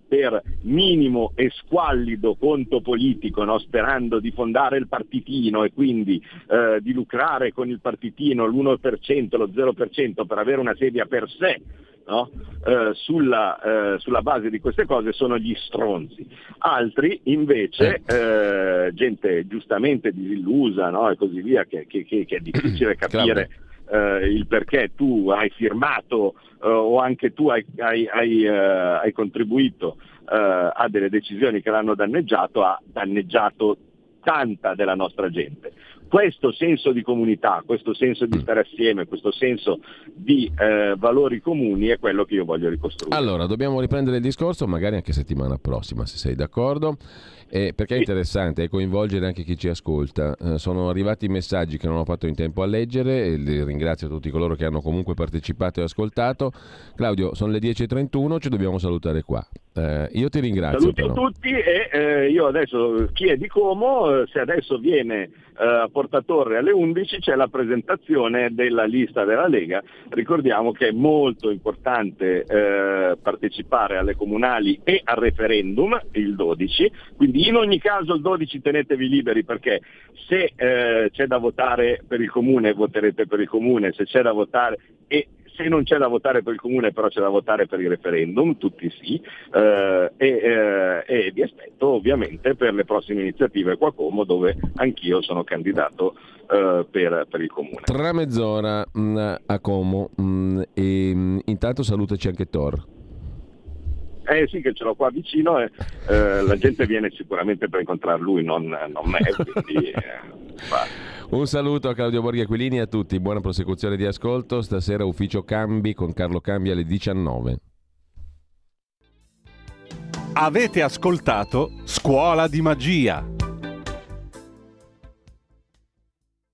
per minimo e squallido conto politico, no? Sperando di fondare il partitino e quindi eh, di lucrare con il partitino l'uno per cento, lo zero per cento per avere una sedia per sé, no? eh, sulla, eh, sulla base di queste cose, sono gli stronzi. Altri invece, eh, gente giustamente disillusa, no? E così via, che, che, che è difficile capire eh, il perché tu hai firmato Uh, o anche tu hai, hai, hai, uh, hai contribuito uh, a delle decisioni che l'hanno danneggiato, ha danneggiato tanta della nostra gente. Questo senso di comunità, questo senso di stare assieme, questo senso di eh, valori comuni è quello che io voglio ricostruire. Allora, dobbiamo riprendere il discorso, magari anche settimana prossima, se sei d'accordo, eh, perché è interessante, è coinvolgere anche chi ci ascolta. Eh, sono arrivati messaggi che non ho fatto in tempo a leggere e li ringrazio tutti coloro che hanno comunque partecipato e ascoltato. Claudio, sono le dieci e trentuno, ci dobbiamo salutare qua. Eh, io ti ringrazio. Saluti però. a tutti e eh, io adesso, chi è di Como, eh, se adesso viene eh, a Porta Torre alle undici c'è la presentazione della lista della Lega. Ricordiamo che è molto importante eh, partecipare alle comunali e al referendum il dodici, quindi in ogni caso il dodici tenetevi liberi, perché se eh, c'è da votare per il comune voterete per il comune, se c'è da votare e se non c'è da votare per il comune però c'è da votare per il referendum, tutti sì, eh, e, eh, e vi aspetto ovviamente per le prossime iniziative qua a Como, dove anch'io sono candidato eh, per, per il comune. Tra mezz'ora mh, a Como mh, e mh, intanto salutaci anche Tor. Eh sì, che ce l'ho qua vicino e eh, la gente viene sicuramente per incontrare lui, non, non me, quindi eh, un saluto a Claudio Borghi Aquilini e a tutti, buona prosecuzione di ascolto. Stasera ufficio Cambi con Carlo Cambi alle diciannove. Avete ascoltato Scuola di Magia.